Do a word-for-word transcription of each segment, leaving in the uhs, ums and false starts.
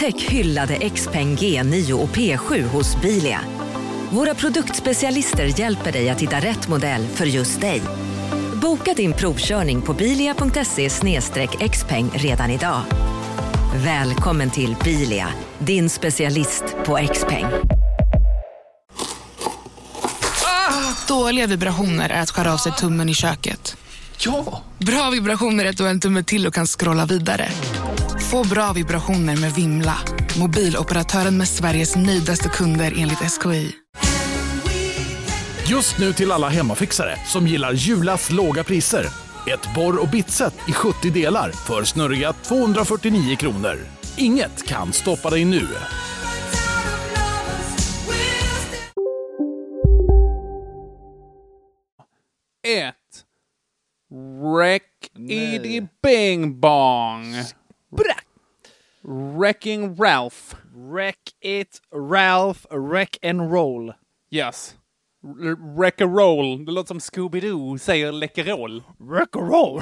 Upptäck hyllade Xpeng G nio och P sju hos Bilia. Våra produktspecialister hjälper dig att hitta rätt modell för just dig. Boka din provkörning på bilia punkt se slash xpeng redan idag. Välkommen till Bilia, din specialist på Xpeng. Ah, dåliga vibrationer är att skära av sig tummen i köket. Ja! Bra vibrationer är att du har en tumme till och kan scrolla vidare. Få bra vibrationer med Vimla. Mobiloperatören med Sveriges nöjdaste kunder enligt S K I. Just nu till alla hemmafixare som gillar Julas låga priser. Ett borr- och bitset i sjuttio delar för snurriga tvåhundrafyrtionio kronor. Inget kan stoppa dig nu. Ett. Wreck Eddy Bing Bong. Brack. Wrecking Ralph. Wreck it, Ralph, wreck and roll. Yes. R- wreck a roll. Det låter som Scooby-Doo säger läckerol. Wreck and roll.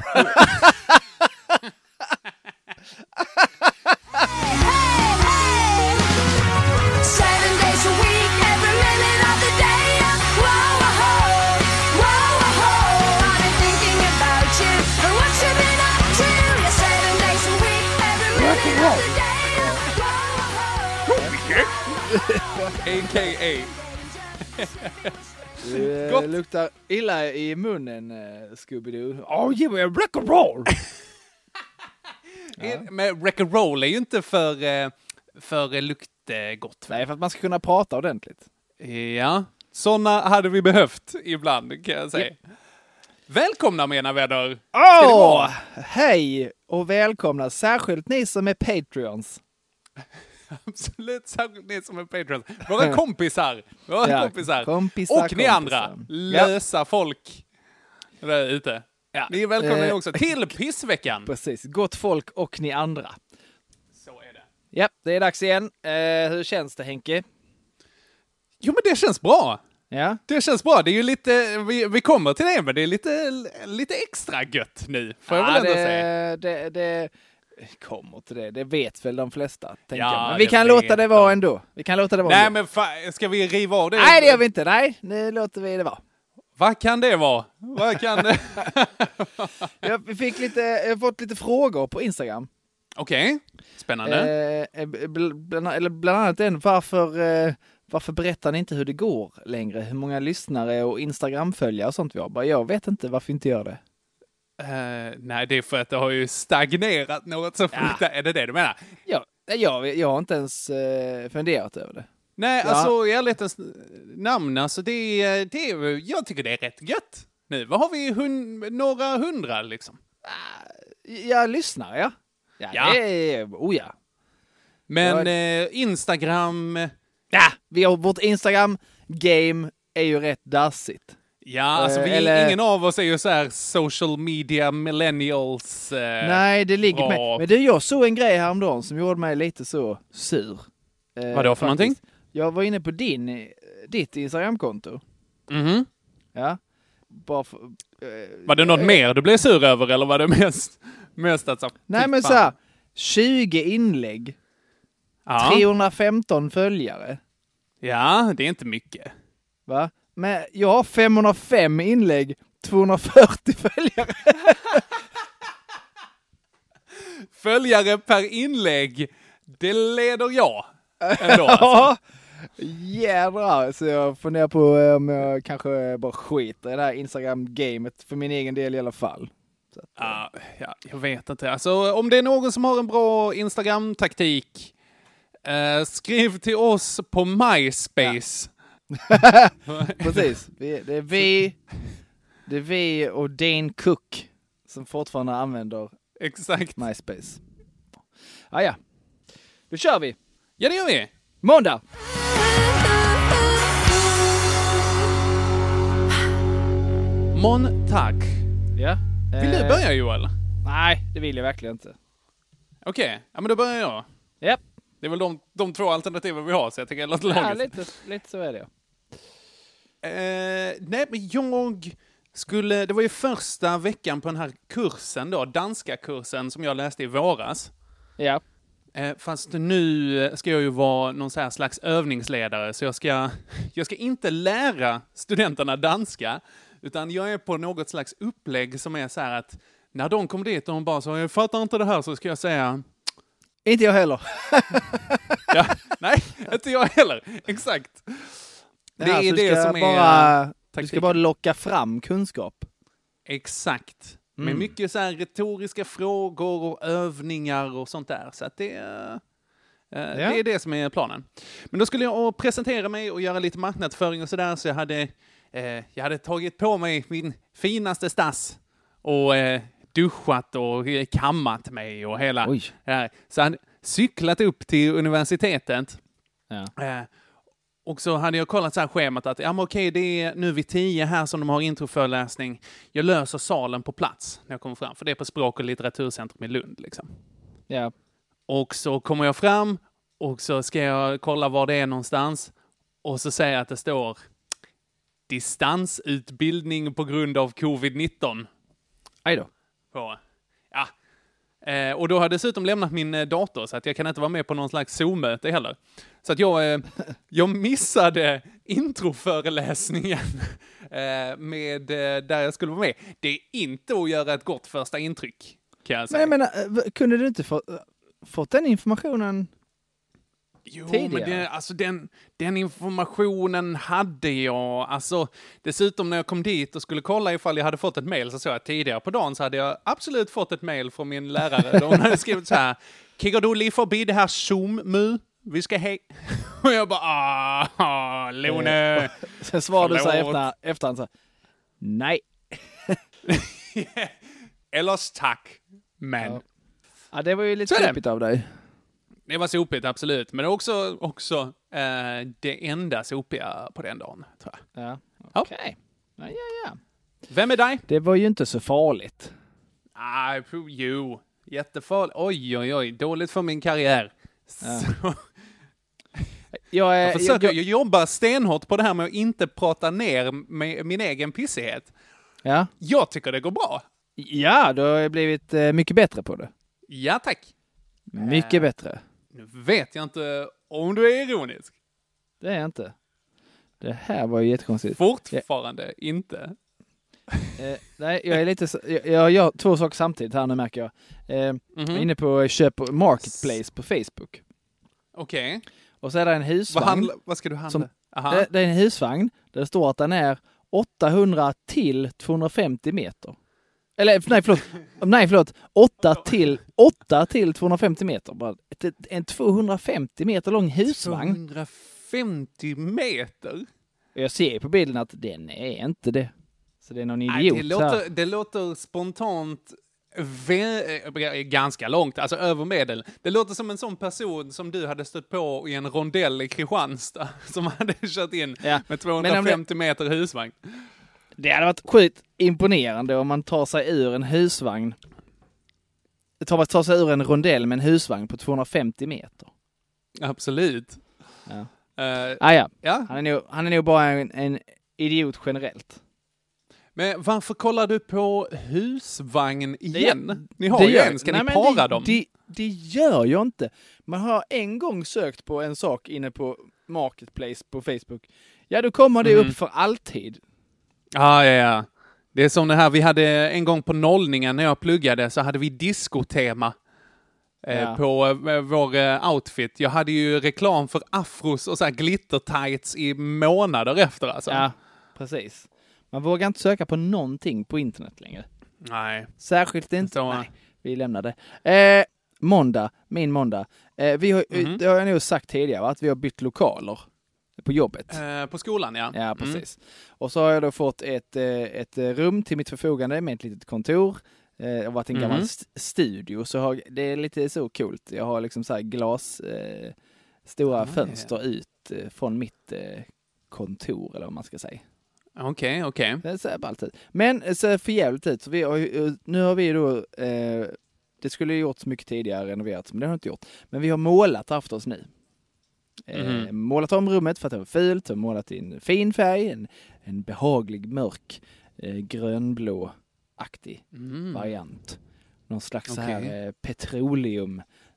A K A Det luktar illa i munnen, uh, Scooby-Doo. Oh, give me a wreck and roll. Ja. Men wreck and roll är ju inte för, eh, för luktgott. Nej, för att man ska kunna prata ordentligt. Ja, sådana hade vi behövt ibland, kan jag säga. Yep. Välkomna, mina vänner. Åh, oh, hej och välkomna. Särskilt ni som är Patreons. Absolut, särskilt ni som är Patreons. Våra kompisar. Våra ja, kompisar. kompisar. Och ni kompisar. andra. Lösa ja. folk där ute. Ja. Ni är välkomna eh, också till Pissveckan. Precis, gott folk och ni andra. Så är det. Ja, det är dags igen. Eh, hur känns det, Henke? Jo, men det känns bra. Ja. Det känns bra. Det är ju lite, vi, vi kommer till det, men det är lite, lite extra gött nu. Får jag ja, väl ändå det, säga. Det, det kommer till det. Det vet väl de flesta. Ja, jag. Men vi kan låta det vara ändå. Vi kan låta det vara Nej, ändå. men fa- ska vi riva av det? Nej, det gör vi inte. Nej, nu låter vi det vara. Vad kan det vara? Vad kan det? jag, vi fick lite, jag har fått lite frågor på Instagram. Okej, okay. Spännande. Eh, bland, eller bland annat en, varför, eh, varför berättar ni inte hur det går längre? Hur många lyssnare och Instagram-följare och sånt vi har? Bara, jag vet inte varför vi inte gör det. Uh, nej, det är för att det har ju stagnerat något så fort. Ja. Är det det du menar? Ja, jag, jag har inte ens uh, funderat över det. Nej, ja. alltså i ärlighetens namn, alltså det är, det är, jag tycker det är rätt gött nu. Vad har vi? Hun, några hundra liksom? Uh, jag lyssnar, ja. Ja, ja. Det är, oh ja. Men jag... eh, Instagram... Ja, vi har vårt Instagram-game är ju rätt dassigt. Ja, alltså vi, Eller... ingen av oss är ju så här social media millennials. Eh, Nej, det ligger med. Men det, jag såg en grej häromdagen som gjorde mig lite så sur. Eh, Vad då för någonting? Jag var inne på din, ditt Instagram-konto. Mhm. Ja. Bara för, eh, var det något eh, mer du blev sur över eller var det mest, mest att så, nej, men så här, tjugo inlägg. Ja. trehundrafemton följare. Ja, det är inte mycket. Va? Men jag har femhundrafem inlägg, tvåhundrafyrtio följare. Följare per inlägg, det leder jag ändå. Alltså. Ja, jädrar. Så jag funderar på om jag kanske bara skiter i det här Instagram-gamet för min egen del i alla fall. Så att, uh, ja, jag vet inte. Alltså, om det är någon som har en bra Instagram-taktik, uh, skriv till oss på MySpace. Ja. Precis. Det är vi, det är vi och Dane Cook som fortfarande använder exakt MySpace. Ah, ja, då kör vi. Ja, det gör vi. Måndag. Montag. Ja. Vill eh, du börja, Joel? Nej, det vill jag verkligen inte. Okej, okay. Ja men då börjar jag. Ja. Det är väl de, de två alternativen vi har, så jag tycker det låter logiskt. Ja, lite, lite så är det. Eh, nej, men jag skulle... Det var ju första veckan på den här kursen då, danska kursen som jag läste i våras. Ja. Eh, fast nu ska jag ju vara någon så här slags övningsledare, så jag ska, jag ska inte lära studenterna danska, utan jag är på något slags upplägg som är så här att när de kommer dit och de bara så, jag fattar inte det här, så ska jag säga... Inte jag heller. Ja, nej, inte jag heller. Exakt. Det ja, är det som bara, är... Du ska bara locka fram kunskap. Exakt. Mm. Med mycket så här retoriska frågor och övningar och sånt där. Så att det, uh, ja. det är det som är planen. Men då skulle jag presentera mig och göra lite marknadsföring och sådär. Så jag hade, uh, jag hade tagit på mig min finaste stass och uh, duschat och kammat mig och hela. Uh, så jag hade cyklat upp till universitetet. Ja. Uh, Och så hade jag kollat så här schemat att ja, men okej, det är nu vid tio här som de har introföreläsning. Jag löser salen på plats när jag kommer fram. För det är på Språk- och litteraturcentrum i Lund. Liksom. Ja. Och så kommer jag fram och så ska jag kolla var det är någonstans. Och så säger jag att det står distansutbildning på grund av covid nitton. Aj då. På, ja. Eh, och då har jag dessutom lämnat min eh, dator så att jag kan inte vara med på någon slags Zoom-möte heller. Så att jag, eh, jag missade introföreläsningen eh, med, eh, där jag skulle vara med. Det är inte att göra ett gott första intryck, kan jag säga. Men jag menar, kunde du inte få, fått den informationen Jo, tidigare? men det, alltså den, den informationen hade jag. Alltså, dessutom när jag kom dit och skulle kolla ifall jag hade fått ett mejl, så såg jag tidigare på dagen så hade jag absolut fått ett mejl från min lärare. Där hon hade skrivit så här: kigger du lige förbi det här Zoom-mu? Vi ska hej. Och jag bara, ah, Lone. Sen svarade du så efter, efterhand så här, nej. Ellers tack, men. Ja. Ja, det var ju lite sopigt av dig. Det var sopigt, absolut. Men också, också eh, det enda sopiga på den dagen, tror jag. Ja, okej. Okay. Ja, ja, ja. Vem är dig? Det var ju inte så farligt. Nej, ah, jo. Jättefarligt. Oj, oj, oj. Dåligt för min karriär. Ja. Så. Jag, är, jag, försöker, jag, jag jobbar stenhårt på det här med att inte prata ner med min egen pissighet. Ja. Jag tycker det går bra. Ja, du har blivit eh, mycket bättre på det. Ja, tack. Mycket äh, bättre. Nu vet jag inte om du är ironisk. Det är jag inte. Det här var ju jättekonstigt. Fortfarande ja. Inte. Eh, nej, jag är lite... Jag, jag gör två saker samtidigt här nu, märker jag. Eh, mm-hmm. Jag är inne på köp Marketplace på Facebook. Okej. Okay. Och så är det en husvagn. Vad, handla, vad ska du handla? Som, det, det är en husvagn där det står att den är åttahundra till tvåhundrafemtio meter. Eller nej förlåt, nej förlåt, åtta till åtta till tvåhundrafemtio meter. Bara ett, en tvåhundrafemtio meter lång husvagn. tvåhundrafemtio meter? Jag ser på bilden att den är inte det. Så det är någon idiot. Nej, det, låter, det låter spontant vä- ganska långt, alltså över medel. Det låter som en sån person som du hade stött på i en rondell i Kristianstad som hade kört in ja. med tvåhundrafemtio det, meter husvagn. Det hade varit sjukt imponerande om man tar sig ur en husvagn. Tar, tar sig ur en rondell med en husvagn på tvåhundrafemtio meter. Absolut. Ja. Uh, ah, ja. ja. Han, är nog, han är nog bara en, en idiot generellt. Men varför kollar du på husvagn igen? Det, ni har det ju gör, en, ska nej, ni para det, dem? Det, det gör jag inte. Man har en gång sökt på en sak inne på Marketplace på Facebook. Ja, då kommer det mm. upp för alltid. Ah, ja, ja. Det är som det här, vi hade en gång på nollningen när jag pluggade så hade vi diskotema eh, ja. på eh, vår eh, outfit. Jag hade ju reklam för afros och så här glittertights i månader efter alltså. Ja, precis. Man vågar inte söka på någonting på internet längre. Nej. Särskilt inte. Så. Nej, vi lämnar det. Eh, måndag, min måndag. Eh, vi har, mm-hmm. Det har jag nog sagt tidigare, att vi har bytt lokaler på jobbet. Eh, på skolan, ja. Ja, precis. Mm. Och så har jag då fått ett, ett rum till mitt förfogande med ett litet kontor. Det har varit en mm. gammal studio, så har, det är lite så coolt. Jag har liksom så här glas, eh, stora ah, fönster ja. ut eh, från mitt eh, kontor, eller vad man ska säga. Okej, okay, okej. Okay. Det ser bara alltid. Men det ser för jävligt ut. Så vi har, nu har vi då, eh, det skulle ju gjorts mycket tidigare renoverat, men det har inte gjort. Men vi har målat haft oss nu. Mm. Eh, målat om rummet för att det var fult, och målat i en fin färg, en, en behaglig mörk eh, grönblå-aktig mm. variant. Någon slags okay. så här eh, petroleum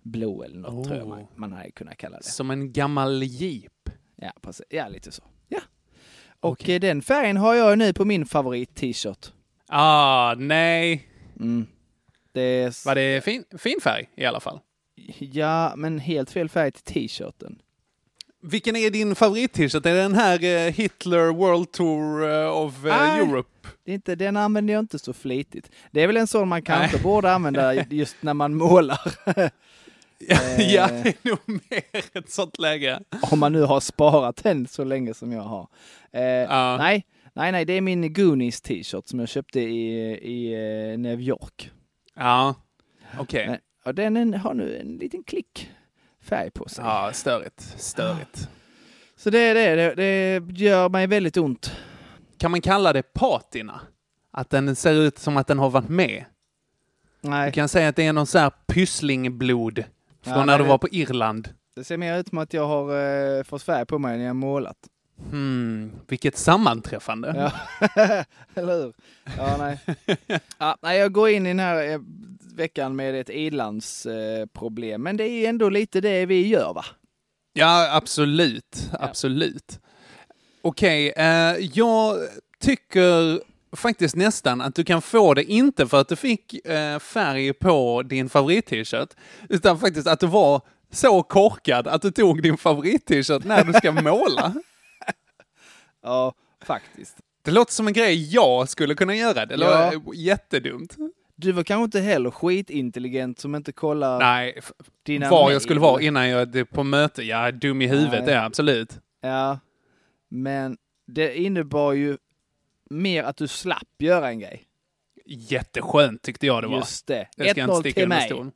blå eller något, Oh. tror jag man, man hade kunnat kalla det. Som en gammal jeep. Ja, precis. Ja, lite så. Ja. Och Okej. eh, den färgen har jag nu på min favorit-t-shirt. Ah, nej. Mm. Det är... Var det fin, fin färg i alla fall? Ja, men helt fel färg till t-shirten. Vilken är din favorit-t-shirt? Är det den här eh, Hitler World Tour eh, of eh, Nej. Europe? Det är inte, den använder jag inte så flitigt. Det är väl en sån man kanske borde använda just när man målar. Ja, Eh. ja, det är nog mer ett sånt läge. Om man nu har sparat den så länge som jag har. Eh, Ja. Nej, nej, nej, det är min Goonies t-shirt som jag köpte i, i eh, New York. Ja, okej. Men, och den en, har nu en liten klick färg på sig. Ja, störigt. Störigt. Så det är det, det, det gör mig väldigt ont. Kan man kalla det patina? Att den ser ut som att den har varit med? Nej, Du kan säga att det är någon så här pysslingblod från Ja, när nej, du det- var på Irland. det ser mer ut som att jag har eh, fått färg på mig när jag målat. Hmm, vilket sammanträffande. Ja, eller hur? Ja, nej. Ja, nej, jag går in i den här eh, veckan med ett ilandsproblem, eh, problem. Men det är ändå lite det vi gör, va? Ja, absolut. Absolut. Okej, eh, jag tycker faktiskt nästan att du kan få det, inte för att du fick eh, färg på din favorit-t-shirt, utan faktiskt att du var så korkad att du tog din favorit-t-shirt när du ska måla. Ja, faktiskt. Det låter som en grej jag skulle kunna göra. Det Ja. låter jättedumt. Du var kanske inte heller skitintelligent som inte kollar Nej, f- dina var mejl. jag skulle vara innan jag det på möte. Jag är dum i huvudet, Nej. ja, absolut. Ja, men det innebar ju mer att du slapp göra en grej. Jätteskönt tyckte jag det var. Just det. Det ska jag inte ett noll sticka till under mig. stol.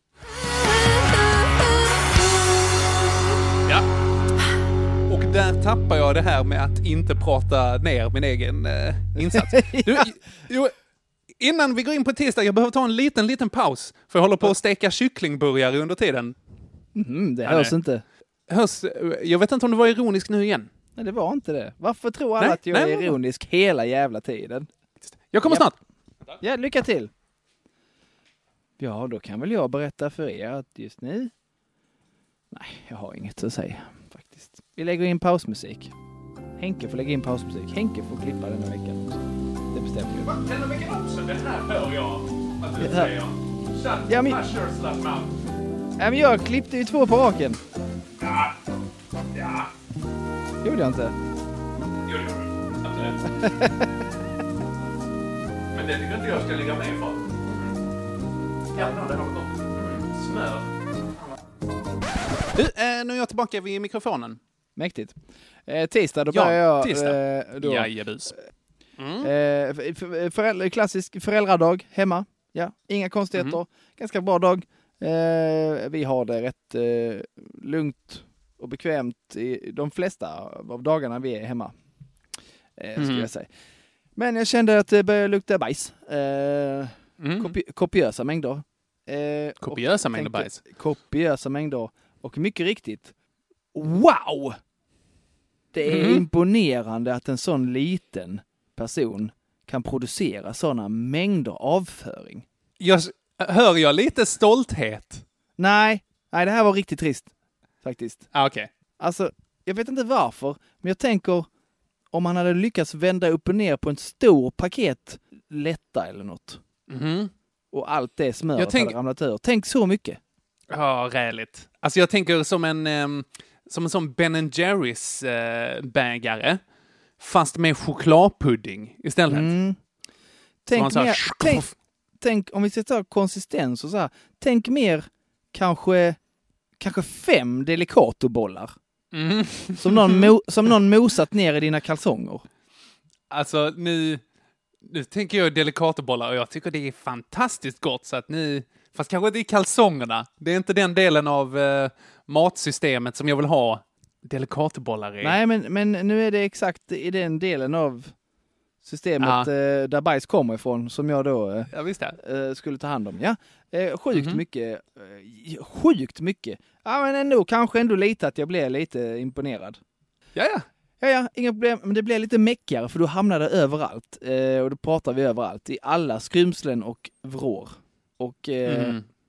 Ja. Och där tappar jag det här med att inte prata ner min egen eh, insats. Du, jo, innan vi går in på tisdag, jag behöver ta en liten, liten paus. För jag håller på att steka kycklingburgare under tiden. Mm, det Ja, hörs nej. inte. Hörs, jag vet inte om du var ironisk nu igen. Nej, det var inte det. Varför tror alla Nej, att jag nej, är men- ironisk hela jävla tiden? Jag kommer Ja. snart. Ja, lycka till. Ja, då kan väl jag berätta för er att just nu... Nej, jag har inget att säga faktiskt. Vi lägger in pausmusik. Henke får lägga in pausmusik. Henke får klippa denna veckan också. Det bestämmer vi. Denna veckan också, det här hör jag att du säger. Shut Ja, men- your slut mouth. Nej, men jag klippte ju två på raken. Ja. Ja. Gjorde jag inte? Jo, det gör du. Absolut. Men det tycker inte jag ska ligga med för. Jävlar, det har gått. Smör. Du, eh, nu är jag tillbaka vid mikrofonen. Mäktigt. Eh, tisdag, då Ja, börjar jag... tisdag. Eh, då, Jajebus. Mm. eh, f- f- föräldrar, klassisk föräldradag hemma. Ja, inga konstigheter. Mm. Ganska bra dag. Eh, vi har det rätt eh, lugnt och bekvämt i de flesta av dagarna vi är hemma. Eh, skulle Mm. jag säga. Men jag kände att det började lukta bajs. Eh, Mm. kopi- kopiösa mängder. Eh, och Kopiösa mängder tänkte- bajs. Kopiösa mängder. Och mycket riktigt, wow! Det är Mhm. imponerande att en sån liten person kan producera sådana mängder avföring. Jag, hör jag lite stolthet? Nej, nej, det här var riktigt trist. Faktiskt. Ah, okej. Alltså, jag vet inte varför, men jag tänker om han hade lyckats vända upp och ner på en stor paket lätta eller något. Mhm. Och allt det smöret Jag tänk- hade ramlat ur. Tänk så mycket. Ja, räligt. Alltså jag tänker som en, ehm, som en sån Ben and Jerrys eh, bägare. Fast med chokladpudding istället. Mm. Så Tänk, man så här, mer, tänk, tänk, om vi ska ta konsistens och så här. Tänk mer kanske, kanske fem Delicato-bollar. Mm. Som någon, mo, som någon mosat ner i dina kalsonger. Alltså nu, nu tänker jag Delicatobollar och jag tycker det är fantastiskt gott så att ni, fast kanske inte i kalsongerna. Det är inte den delen av eh, matsystemet som jag vill ha Delicatobollar i. Nej, men, men nu är det exakt i den delen av systemet Ja. eh, där bajs kommer ifrån som jag då eh, Ja, visst det. eh, skulle ta hand om. Ja, eh, sjukt Mhm. mycket. Eh, sjukt mycket. Ja, men ändå, kanske ändå lite att jag blev lite imponerad. Ja, ja. Ja, ja, inga problem. Men det blev lite mäckigare för då hamnade det överallt. Eh, och då pratar vi överallt. I alla skrymslen och vrår. Och eh, Mm.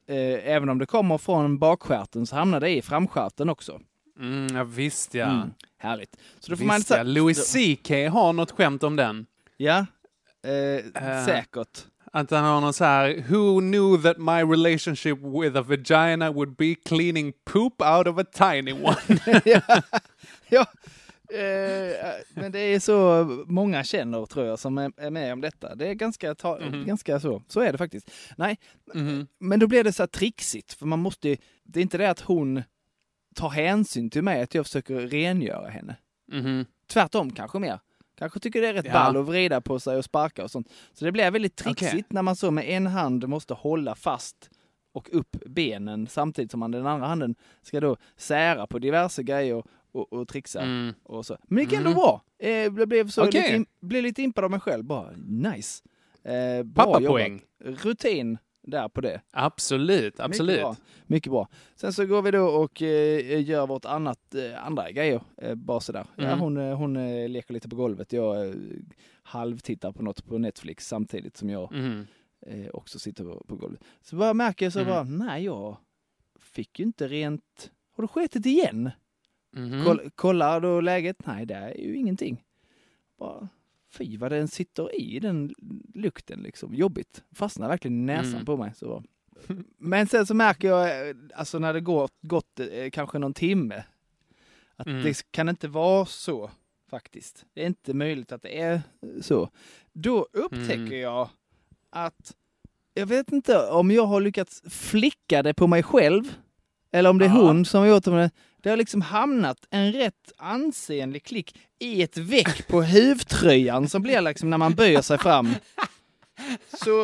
eh, även om det kommer från bakskärten så hamnar det i framskärten också. Mm, ja, visst ja. Mm, härligt. Så då får visst, man ja. Louis C K har något skämt om den. Ja, eh, uh, säkert. Att han har någon så här: Who knew that my relationship with a vagina would be cleaning poop out of a tiny one? ja, ja. Eh, men det är så många känner, tror jag, som är, är med om detta. Det är ganska, ta, mm-hmm. ganska så. Så är det faktiskt. Nej, mm-hmm. men då blir det så här trixigt. För man måste, det är inte det att hon tar hänsyn till mig, att jag försöker rengöra henne. Mm-hmm. Tvärtom kanske mer. Kanske tycker det är rätt ja. ball att vrida på sig och sparka och sånt. Så det blir väldigt trixigt okay. när man så med en hand måste hålla fast och upp benen samtidigt som man den andra handen ska då sära på diverse grejer och, och trixa. Mm. Och så. Men det gick ändå mm. bra. Eh, jag blev, så okay. lite, in, blev lite impad av mig själv. Bara nice. Eh, Pappapoäng. Rutin där på det. Absolut, absolut. Mycket bra. Mycket bra. Sen så går vi då och eh, gör vårt annat, eh, andra grejer. Eh, bara sådär. Mm. Ja, hon hon eh, leker lite på golvet. Jag eh, halvtittar på något på Netflix samtidigt som jag mm. eh, också sitter på, på golvet. Så bara märker jag så mm. bara, nej jag fick ju inte rent... Har du sketit igen? Mm. Koll, kollar då läget? Nej, det är ju ingenting. Bara... Fy vad den sitter i den lukten liksom. Jobbigt. Fastnar verkligen i näsan mm. på mig. Så. Men sen så märker jag, alltså när det går gått eh, kanske någon timme, att mm. det kan inte vara så faktiskt. Det är inte möjligt att det är så. Då upptäcker mm. jag att jag vet inte om jag har lyckats flicka det på mig själv eller om det är ja. hon som har gjort det. Det har liksom hamnat en rätt ansenlig klick i ett veck på huvtröjan som blir liksom när man böjer sig fram. Så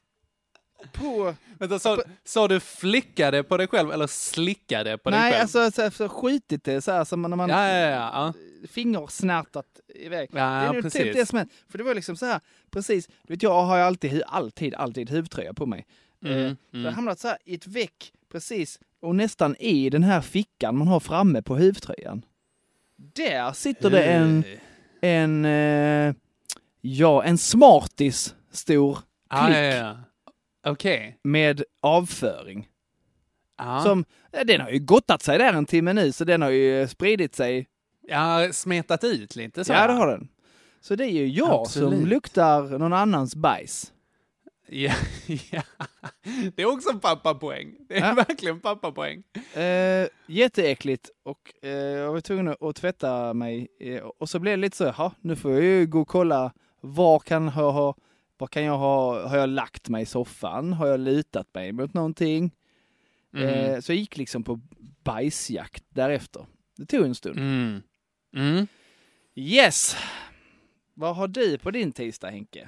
på... Vänta, så, på, så du flickade på dig själv eller slickade på dig nej, själv? Nej, alltså så, så skitigt det så här som när man ja, ja, ja, ja. fingersnärtat iväg. Ja, det är nu precis. Typ det som är, för det var liksom så här, precis, du vet jag har ju alltid, alltid, alltid huvtröja på mig. Mm, eh, mm. Så det har hamnat så här i ett veck, precis, och nästan i den här fickan man har framme på huvtröjan. Där sitter det en, en, eh, ja, en Smarties stor klick. Ah, ja, ja. Okej. Okay. Med avföring. Ah. Som, den har ju gottat sig där en timme nu, så den har ju spridit sig. Ja, smetat ut lite så. Ja, det har den. Så det är ju jag Absolut. som luktar någon annans bajs. Ja, ja. Det är också en pappapoäng. Det är ja. verkligen pappapoäng. Eh, jätteäckligt och eh, jag var tvungen att tvätta mig eh, och så blev det lite så, ja, nu får jag ju gå och kolla var kan jag ha, var kan jag ha, har jag lagt mig i soffan? Har jag lutat mig mot någonting? Mm. Eh, så jag gick liksom på bajsjakt därefter. Det tog en stund. Mm. Mm. Yes! Vad har du på din tisdag, Henke?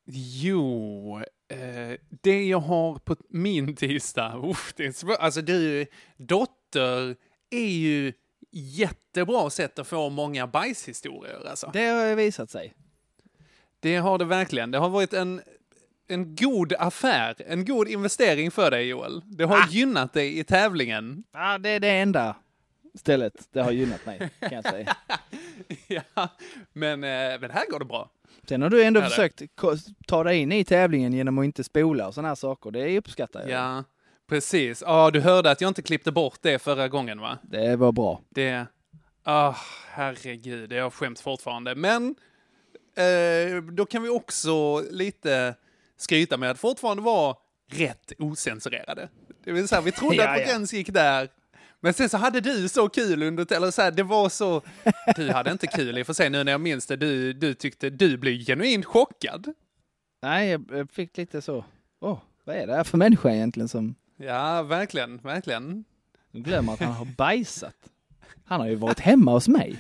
Jo, eh, det jag har på min tisdag, uff, det är svår, alltså du, dotter är ju jättebra sätt att få många bajshistorier. Alltså. Det har visat sig. Det har det verkligen. Det har varit en, en god affär, en god investering för dig, Joel. Det har ah. gynnat dig i tävlingen. Ja, det är det enda stället det har gynnat mig, kan jag säga. Ja, men, eh, men här går det bra. Sen har du ändå Eller? försökt ta dig in i tävlingen genom att inte spola och såna här saker. Det uppskattar jag. Ja, precis. Ja, du hörde att jag inte klippte bort det förra gången, va? Det var bra. Det, ah, oh, herregud, jag skäms fortfarande. Men eh, då kan vi också lite skryta med att fortfarande vara rätt osensurerade. Det vill säga, vi trodde ja, att vår gräns gick där. Men sen så hade du så kul under, eller så här, det var så, du hade inte kul i och för sig nu när jag minns det, du, du tyckte, du blev genuint chockad. Nej, jag fick lite så, åh, oh, vad är det här för människa egentligen som... Ja, verkligen, verkligen. Du glömmer att han har bajsat. Han har ju varit hemma hos mig.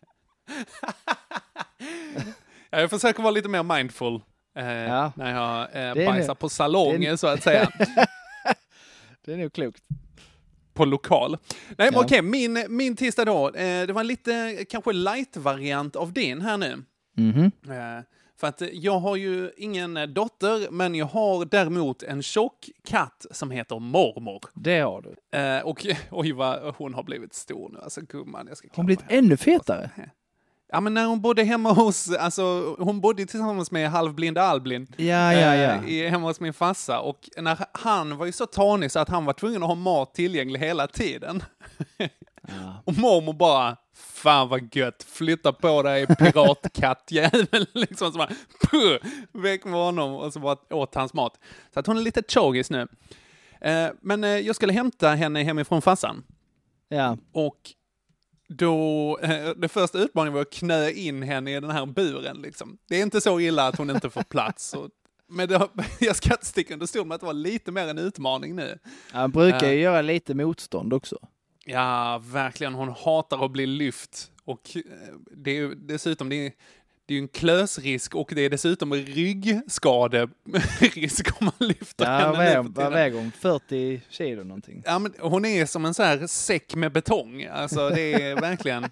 Ja, jag försöker vara lite mer mindful eh, ja. när jag eh, bajsar nu, på salongen så att säga. Det är nog klokt. På lokal. Nej, ja. okej, min, min tisdag då, eh, det var en lite kanske light-variant av din här nu. Mm-hmm. Eh, för att jag har ju ingen dotter, men jag har däremot en tjock katt som heter Mormor. Det har du. Eh, och oj vad hon har blivit stor nu, alltså gumman. Jag ska hon har blivit ännu fetare. Ja, men när hon bodde hemma hos, alltså hon bodde tillsammans med halvblind Albin. Ja, ja, ja. Eh, hemma hos min farsa. Och när han var ju så tanig så att han var tvungen att ha mat tillgänglig hela tiden. Ja. Och mormor bara, fan vad gött, flytta på dig piratkattjävel. liksom så bara, puh, väck med honom och så bara åt hans mat. Så att hon är lite chogis nu. Eh, men eh, jag skulle hämta henne hemifrån farsan. Ja. Och då, eh, det första utmaningen var att knö in henne i den här buren. Liksom. Det är inte så illa att hon inte får plats. Och, men det, jag ska inte sticka under stol med att det var lite mer en utmaning nu. Han brukar ju uh, göra lite motstånd också. Ja, verkligen. Hon hatar att bli lyft. Och det är ju dessutom det är, det är ju en klösrisk och det är dessutom ryggskaderisk om man lyfter ja, henne. Väg, vad väger hon? fyrtio kilo någonting. Ja, men hon är som en så här säck med betong. Alltså det är verkligen...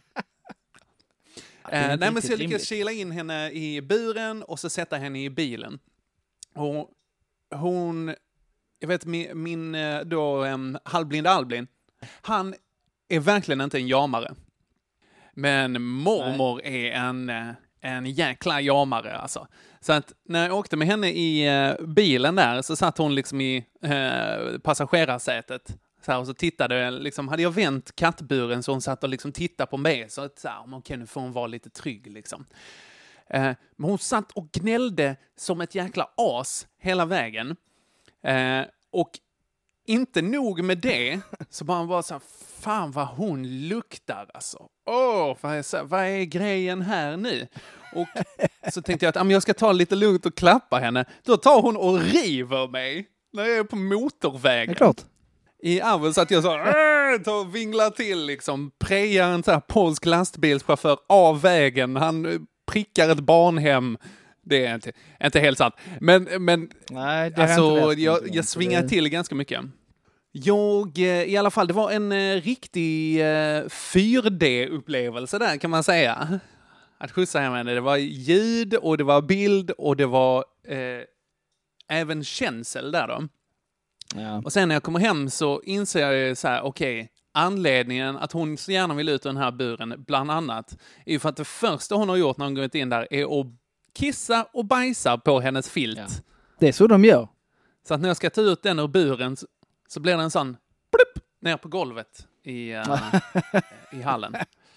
ja, är uh, nej, men så jag lyckas kila in henne i buren och så sätta henne i bilen. Och hon... Jag vet min, min då um, halvblind Albin. Han är verkligen inte en jamare. Men mormor nej. är en... en jäkla jamare alltså. Så att när jag åkte med henne i uh, bilen där så satt hon liksom i uh, passagerarsätet så här, och så tittade liksom, hade jag vänt kattburen så hon satt och liksom tittade på mig så att så här, okej, nu får hon vara lite trygg liksom. Uh, men hon satt och gnällde som ett jäkla as hela vägen. Uh, och inte nog med det så bara var så här, fan vad hon luktar alltså. Åh, vad är, vad är grejen här nu? Och så tänkte jag att jag ska ta lite lugnt och klappa henne. Då tar hon och river mig när jag är på motorvägen. Det är klart. I arven så att jag så tar och vinglar till liksom. Prejar en så här polsk lastbilschaufför av vägen. Han prickar ett barnhem. Det är inte, inte helt sant. Men, men nej, det alltså, är inte jag, jag svingar till ganska mycket. Jag, i alla fall, det var en uh, riktig uh, fyra D-upplevelse där kan man säga. Att skjutsa hem henne. Det var ljud och det var bild och det var uh, även känsel där då. Ja. Och sen när jag kommer hem så inser jag så här, okej, okay, anledningen att hon så gärna vill ut ur den här buren, bland annat, är ju för att det första hon har gjort när hon gått in där är att kissa och bajsa på hennes filt. Ja. Det är så de gör. Så att när jag ska ta ut den ur buren så, så blir det en sån plupp, ner på golvet i, uh, i hallen.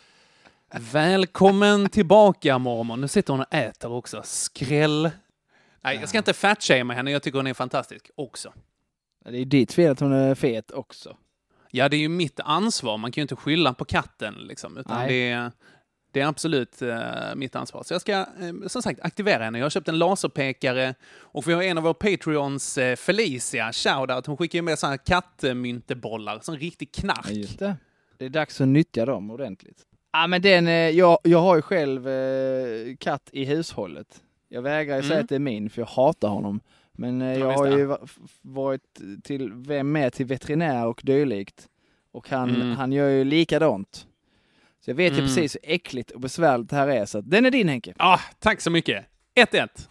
Välkommen tillbaka, mormor. Nu sitter hon och äter också. Skräll. Nej, jag ska inte fatshamea henne. Jag tycker hon är fantastisk också. Det är ditt fel att hon är fet också. Ja, det är ju mitt ansvar. Man kan ju inte skylla på katten liksom. Utan det är, det är absolut uh, mitt ansvar. Så jag ska uh, som sagt aktivera henne. Jag har köpt en laserpekare. Och vi har en av våra Patreons, uh, Felicia, shoutout. Hon skickar ju med sådana kattmyntebollar. Sån riktig knark. Ja, just det. Det är dags att nyttja dem ordentligt. Ja, men den, uh, jag, jag har ju själv uh, katt i hushållet. Jag vägrar ju mm. säga att det är min, för jag hatar honom. Men eh, jag har ju varit till, vem med till veterinär och dylikt. Och han, mm. han gör ju likadant. Så jag vet mm. ju precis hur äckligt och besvärligt det här är. Så den är din, Henke. Ah, tack så mycket. ett ett.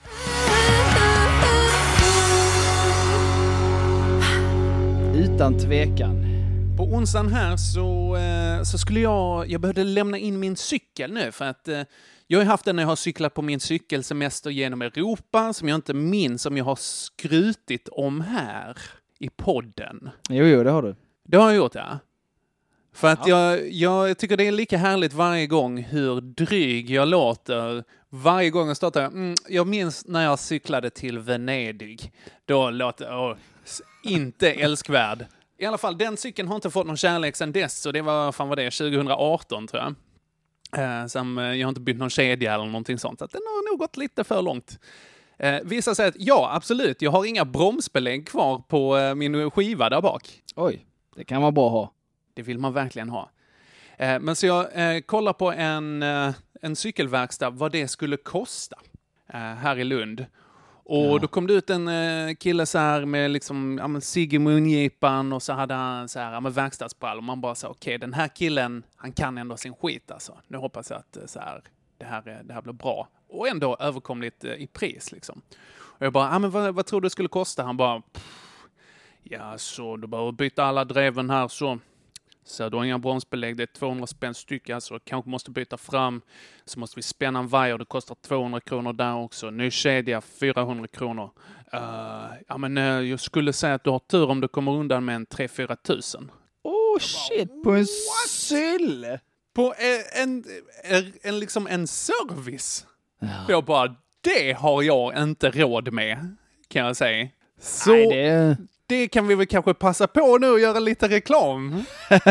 Utan tvekan. På onsdagen här så, eh, så skulle jag... Jag behövde lämna in min cykel nu för att... Eh, Jag har haft den när jag har cyklat på min cykelsemester genom Europa som jag inte minns om jag har skrutit om här i podden. Jo, jo, det har du. Det har jag gjort, ja. För att ja. jag, jag tycker det är lika härligt varje gång hur dryg jag låter. Varje gång jag startar, mm, jag minns när jag cyklade till Venedig. Då låter jag inte älskvärd. I alla fall, den cykeln har inte fått någon kärlek sedan dess. Så det var, fan var det, tjugo arton tror jag. Uh, som, uh, jag har inte bytt någon kedja eller någonting sånt. Så att den har nog gått lite för långt. Uh, visar sig att ja, absolut. Jag har inga bromsbelägg kvar på uh, min skiva där bak. Oj, det kan vara bra att ha. Det vill man verkligen ha. Uh, men så jag uh, kollar på en, uh, en cykelverkstad vad det skulle kosta uh, här i Lund. Och ja. Då kom det ut en uh, kille så här med liksom, ja, cigg i mungipan och så hade han så här, ja, med verkstadsbrall och man bara sa okej, okay, den här killen, han kan ändå sin skit alltså. Nu hoppas jag att så här, det, här, det här blir bra. Och ändå överkomligt uh, i pris liksom. Och jag bara, ja, men vad, vad tror du det skulle kosta? Han bara, ja så du behöver byta alla dreven här så Så du har inga bromsbelägg, det är tvåhundra spänn styck, alltså kanske måste byta fram. Så måste vi spänna en vajer, det kostar tvåhundra kronor där också. Ny kedja, fyrahundra kronor. Uh, ja men uh, jag skulle säga att du har tur om du kommer undan med en tre till fyra tusen. Oh shit, på en syll! På en, en, en, en, liksom en service. Ja. Jag bara, det har jag inte råd med, kan jag säga. Så Nej, det... det kan vi väl kanske passa på nu och göra lite reklam.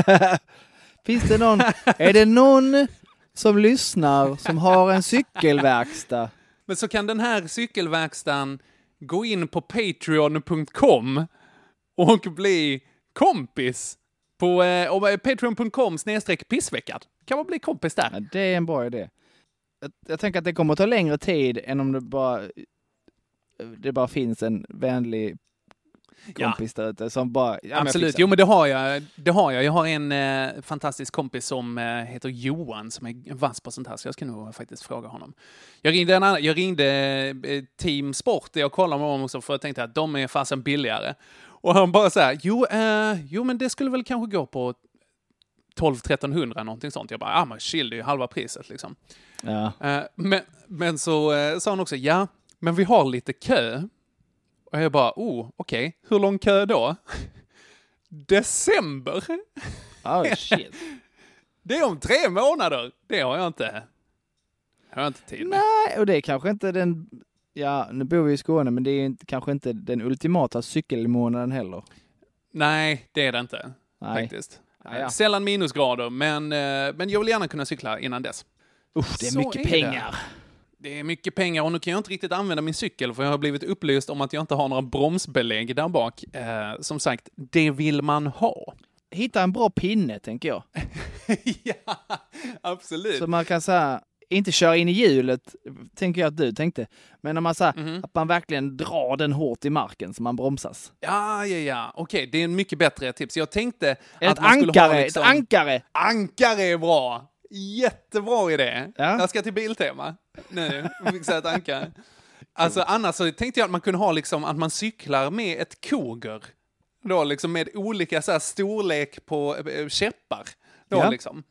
Finns det någon, är det någon som lyssnar som har en cykelverkstad? Men så kan den här cykelverkstaden gå in på patreon punkt com och bli kompis på eh, patreon punkt com snedstreck pissveckad. Kan man bli kompis där? Ja, det är en bra idé. Jag, jag tänker att det kommer att ta längre tid än om det bara det bara finns en vänlig kompis ja. där ute som bara... Ja, absolut, jo men det har jag. Det har jag. Jag har en eh, fantastisk kompis som eh, heter Johan som är vass på sånt här, så jag ska nog faktiskt fråga honom. Jag ringde, en annan, jag ringde eh, Team Sport, jag kollade med dem också för jag tänkte att de är fasen billigare. Och han bara så här, jo, eh, jo men det skulle väl kanske gå på tolv till tretton hundra någonting sånt. Jag bara, ja ah, men chill, det är ju halva priset liksom. Ja. Eh, men, men så eh, sa han också, ja, men vi har lite kö. Och jag bara, oh, okej. Okay. Hur lång kö då? December. Oh shit. Det är om tre månader. Det har jag inte. Det har jag inte tid med. Nej, och det är kanske inte den... Ja, nu bor vi i Skåne, men det är inte, kanske inte den ultimata cykelmånaden heller. Nej, det är det inte. Nej. Faktiskt. Ja, ja. Sällan minusgrader, men, men jag vill gärna kunna cykla innan dess. Usch, det är Så mycket är pengar. Det. det är mycket pengar och nu kan jag inte riktigt använda min cykel för jag har blivit upplyst om att jag inte har några bromsbelägg där bak. Eh, som sagt, det vill man ha. Hitta en bra pinne, tänker jag. Ja, absolut. Så man kan säga, inte köra in i hjulet, tänker jag att du tänkte. Men om man säger mm-hmm. att man verkligen drar den hårt i marken så man bromsas. Ja, ja, ja. Okej, det är en mycket bättre tips. Jag tänkte att ett man skulle ankare, ha liksom... ett ankare. Ankare är bra. Jättebra idé. Ja. Jag ska till Biltema nu och fixa ett ankare. Alltså annars så tänkte jag att man kunde ha liksom att man cyklar med ett koger. Då liksom med olika så här storlek på äh, käppar. Då ja. liksom.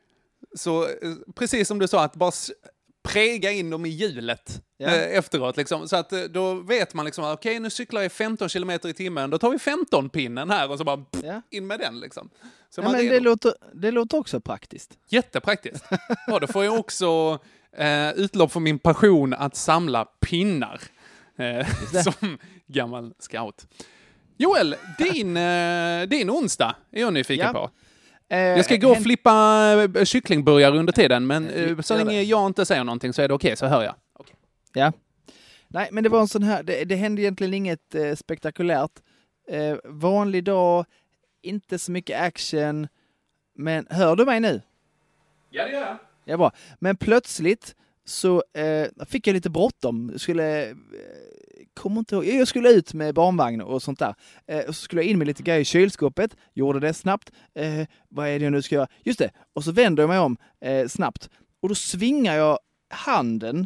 Så precis som du sa, att bara präga in dem i hjulet ja. eh, efteråt. Liksom. Så att då vet man liksom, okej okay, nu cyklar jag femton kilometer i timmen, då tar vi femton-pinnen här och så bara pff, ja. in med den liksom. Så ja, men det låter, det låter också praktiskt. Jättepraktiskt. Ja, då får jag också eh, utlopp för min passion att samla pinnar. Eh, som gammal scout. Joel, din, eh, din onsdag är jag nyfiken ja. på. Jag ska gå och flippa kycklingburgare under tiden, men eh, så länge jag inte säger någonting så är det okej, okay, så hör jag. Okay. Ja. Nej, men det var en sån här, det, det hände egentligen inget eh, spektakulärt. Eh, vanlig dag, inte så mycket action, men hör du mig nu? Ja, det gör jag. Ja, bra. Men plötsligt så eh, fick jag lite bråttom. Jag skulle... Eh, kommer inte ihåg. Jag skulle ut med barnvagn och sånt där. Eh, och så skulle jag in med lite grejer i kylskåpet. Gjorde det snabbt. Eh, vad är det jag nu ska göra? Just det. Och så vänder jag mig om eh, snabbt. Och då svingar jag handen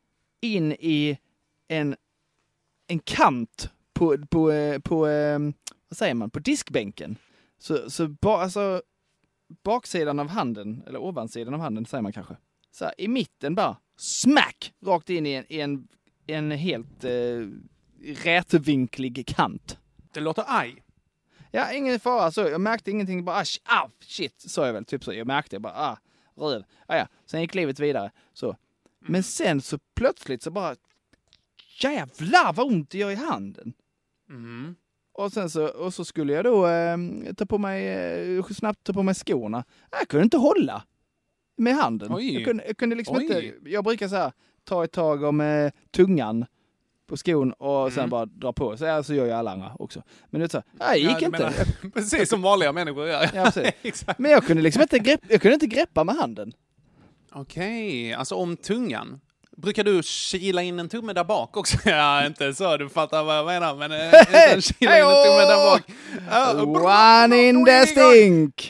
in i en, en kant på, på, på, på eh, vad säger man? På diskbänken. Så, så ba, alltså, baksidan av handen, eller ovansidan av handen säger man kanske. Så här, i mitten bara. Smack! Rakt in i en, i en en helt eh, rätvinklig kant. Det låter aj. Ja, ingen fara så. Jag märkte ingenting. Bara, ah, shit, så jag väl. Typ så. Jag märkte bara, ah, röv. Ah, ja. Sen gick livet vidare. Så. Men sen så plötsligt så bara, jävlar vad ont det gör i handen. Mm. Och sen så, och så skulle jag då eh, ta på mig, eh, snabbt ta på mig skorna. Jag kunde inte hålla med handen. Oj. Jag kunde, jag kunde liksom Oj. inte, jag brukar så här, ta ett tag om eh, tungan på skon och sen mm. bara dra på. Så, ja, så gör jag alla andra också. Men det så, nej, det gick ja, inte. Menar, precis som vanliga människor gör. Ja, exakt. Men jag kunde liksom inte greppa, jag kunde inte greppa med handen. Okej, okay. Alltså om tungan. Brukar du kila in en tumme där bak också? Ja, inte så, du fattar vad jag menar. Men äh, utan kila in en tumme där bak. Uh, One in the stink!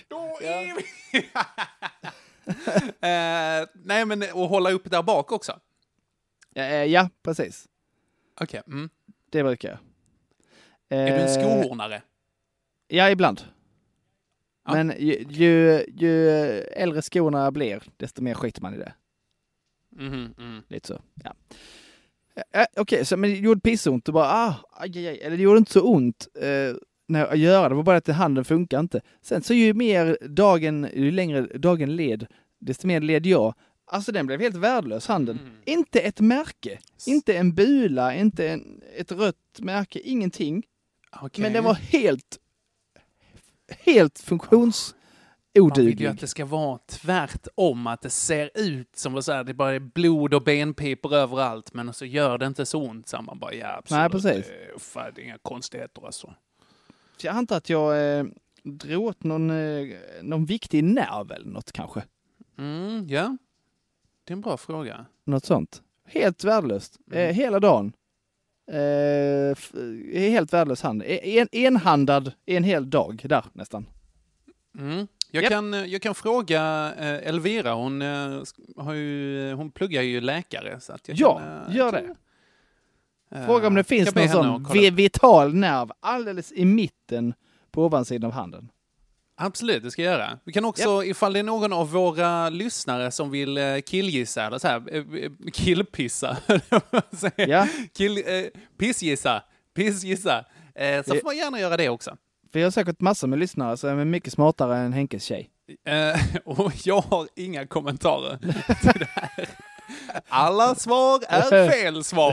uh, nej, men och hålla upp där bak också. Ja, ja precis. Okej. Okay. Mm. Det brukar jag. Är uh, du en skohornare? Ja, ibland. Ja. Men ju, ju, ju äldre skorna blir, desto mer skiter man i det. Mm, mm. Lite så, ja. Äh, Okej, okay, så men det gjorde pissont och bara, ah, aj, aj, eller det gjorde inte så ont eh, när jag gör det, var bara att handen funkar inte. Sen så ju mer dagen, ju längre dagen led, desto mer led jag. Alltså den blev helt värdelös, handen. Mm. Inte ett märke, inte en bula, inte en, ett rött märke, ingenting. Okay. Men den var helt, helt funktions... Man vill ju att det ska vara tvärtom, att det ser ut som så här, det bara är blod och benpipor överallt, men så gör det inte så ont. Så man bara, ja, absolut. Nej, precis. Uff, det är inga konstigheter alltså. Så jag antar att jag eh, drog åt någon, eh, någon viktig nerv eller något kanske. Mm, ja. Det är en bra fråga. Något sånt. Helt värdelöst. Mm. Eh, hela dagen. Eh, f- helt värdelös hand. En, enhandad en hel dag där nästan. Mm. Jag, yep. kan, jag kan fråga eh, Elvira, hon, eh, har ju, hon pluggar ju läkare. Så att jag ja, kan, gör det. Eh, Fråga om det finns någon sån vi, vital nerv alldeles i mitten på ovansidan av handen. Absolut, det ska jag göra. Vi kan också, yep. ifall det är någon av våra lyssnare som vill eh, killgissa, eller så här, eh, killpissa. ja. Kill, eh, pissgissa, pissgissa. Eh, så får man gärna göra det också. För jag har säkert massor med lyssnare som är mycket smartare än Henkes tjej. Uh, och jag har inga kommentarer till det här. Alla svar är fel svar.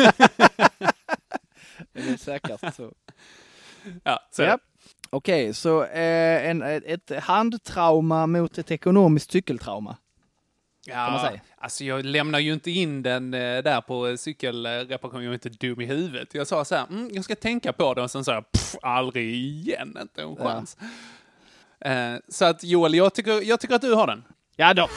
Det är säkert så. Ja, så. Yep. Okej, okay, så eh, en, ett handtrauma mot ett ekonomiskt cykeltrauma. Ja, kan man säga. Alltså jag lämnar ju inte in den eh, där på cykelreparation. Jag är inte dum i huvudet. Jag sa så här, mm, jag ska tänka på det och sen så här, pff, aldrig igen, inte en chans. Ja. Eh, så att Joel, jag tycker, jag tycker att du har den. Ja då.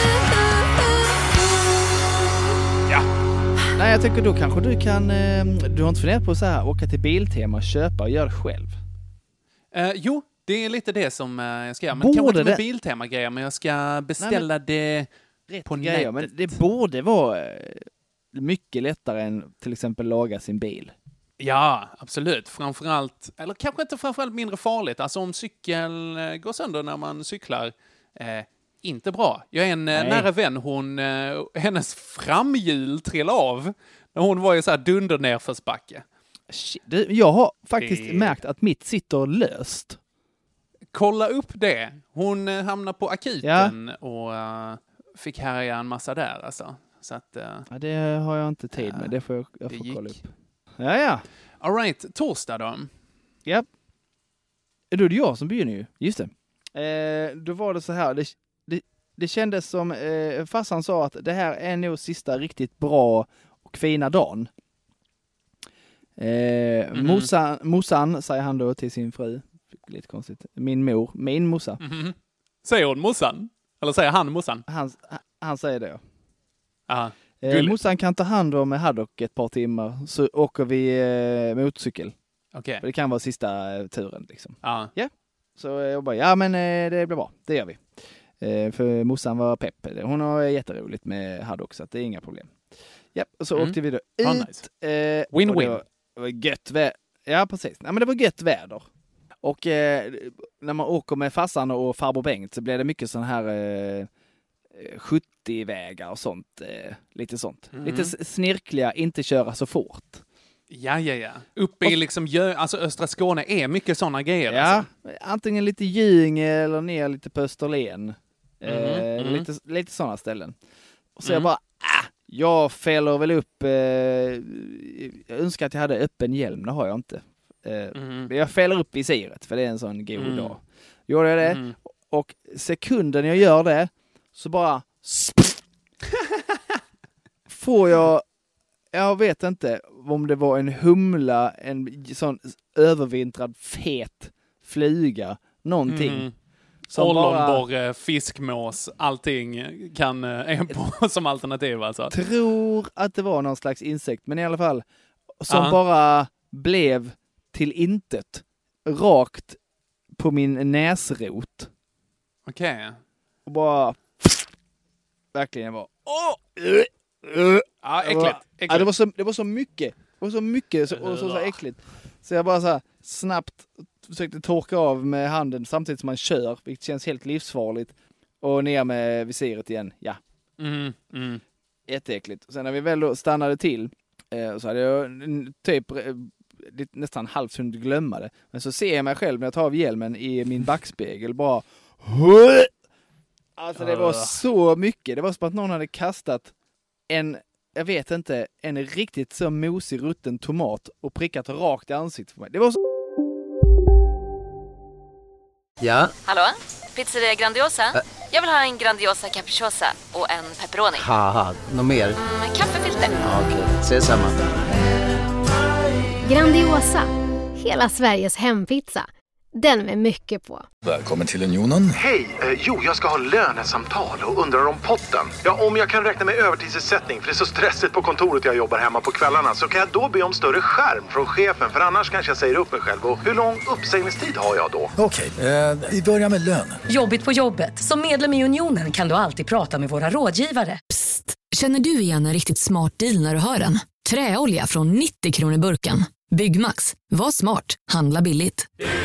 Ja. Nej, jag tycker då kanske du kan, eh, du har inte funderat på så här, åka till Biltema, köpa och göra det själv. Eh, jo, det är lite det som eh, jag ska göra. Men kanske inte med Biltema-grejer, men jag ska beställa Nej, men... det Rätt på grejer, nätet. Men det borde vara mycket lättare än till exempel laga sin bil. Ja, absolut. Framförallt, eller kanske inte framförallt mindre farligt. Alltså om cykel går sönder när man cyklar, eh, inte bra. Jag är en Nej. nära vän, hon, eh, hennes framhjul trillade av när hon var i så här dundernedförsbacke. Du, jag har faktiskt det... märkt att mitt sitter löst. Kolla upp det. Hon eh, hamnade på akuten ja. och... Uh, fick härja en massa där alltså. Så att, uh, ja, det har jag inte tid med. Det får jag, jag får kolla upp. Ja, ja. All right, torsdag då. Ja. Då är det jag som begynner ju. Just det. Eh, då var det så här. Det, det, det kändes som eh, farsan sa att det här är nog sista riktigt bra och fina dagen. Eh, mm-hmm. Mosan, mosan, säger han då till sin fru. Lite konstigt. Min mor. Min mossa. Mm-hmm. Säger hon mosan? Eller säger han morsan? Han, han säger det. Aha, eh, morsan kan ta hand om Haddock ett par timmar så åker vi eh, motorcykel. Okay. För det kan vara sista eh, turen liksom. Ja. Ja. Så jag bara, ja men eh, det blir bra. Det gör vi. Eh, för morsan var pepp. Hon har jätteroligt med Haddock så att det är inga problem. Ja, och så mm. åkte vi då ut. Oh, nice. eh, Win-win. Det var, det var gött väder. Ja, precis. Nej, men det var gött väder. Och eh, när man åker med farsan och farbror Bengt så blir det mycket sån här eh, sjuttio-vägar och sånt. Eh, lite sånt. Mm. Lite snirkliga, inte köra så fort. Ja, ja, ja. Uppe och, i liksom, alltså östra Skåne är mycket såna grejer. Ja, alltså. Antingen lite Gyinge eller ner lite på Österlen. Mm, eh, mm. Lite, lite såna ställen. Och så mm. jag bara, ah, jag fäller väl upp, eh, jag önskar att jag hade öppen hjälm, det har jag inte. Mm. Jag fäller upp visiret för det är en sån god mm. dag. Gjorde jag det mm. och sekunden jag gör det så bara får jag, jag vet inte om det var en humla, en sån övervintrad fet flyga, någonting. Mm. Ollonborre, bara... fiskmås, allting kan en på som alternativ alltså. Tror att det var någon slags insekt, men i alla fall som uh-huh. bara blev till intet rakt på min näsrot. Okej. Okay. Och bara verkligen var åh! Ja, äckligt. Var, äckligt. Ja, det var så det var så mycket Och så mycket så, och så, så äckligt. Så jag bara så här snabbt försökte torka av med handen samtidigt som man kör, vilket känns helt livsfarligt. Och ner med visiret igen. Ja. Mm, mm. Jätteäckligt. Sen när vi väl då stannade till eh, så hade jag typ eh, nästan halvt hunnit glömma det. Men så ser jag mig själv när jag tar av hjälmen i min backspegel bara. Alltså det var så mycket. Det var som att någon hade kastat en, jag vet inte, en riktigt så mosig rutten tomat och prickat rakt i ansiktet på mig. Det var så... Ja? Hallå? Pizzeria Grandiosa? Ä- Jag vill ha en Grandiosa capriciosa och en pepperoni. Haha, något mer? Mm, kaffefilter. Ja, okej, okay. Ses samma. Grandiosa, hela Sveriges hempizza. Den med mycket på. Välkommen till Unionen. Hej, eh, jo jag ska ha lönesamtal och undrar om potten. Ja, om jag kan räkna med övertidsersättning för det är så stressigt på kontoret jag jobbar hemma på kvällarna, så kan jag då be om större skärm från chefen, för annars kanske jag säger upp mig själv. Och hur lång uppsägningstid har jag då? Okej, eh, vi börjar med lön. Jobbigt på jobbet. Som medlem i Unionen kan du alltid prata med våra rådgivare. Psst, känner du igen en riktigt smart deal när du hör den? Träolja från nittio kronor burken. Byggmax, var smart, handla billigt.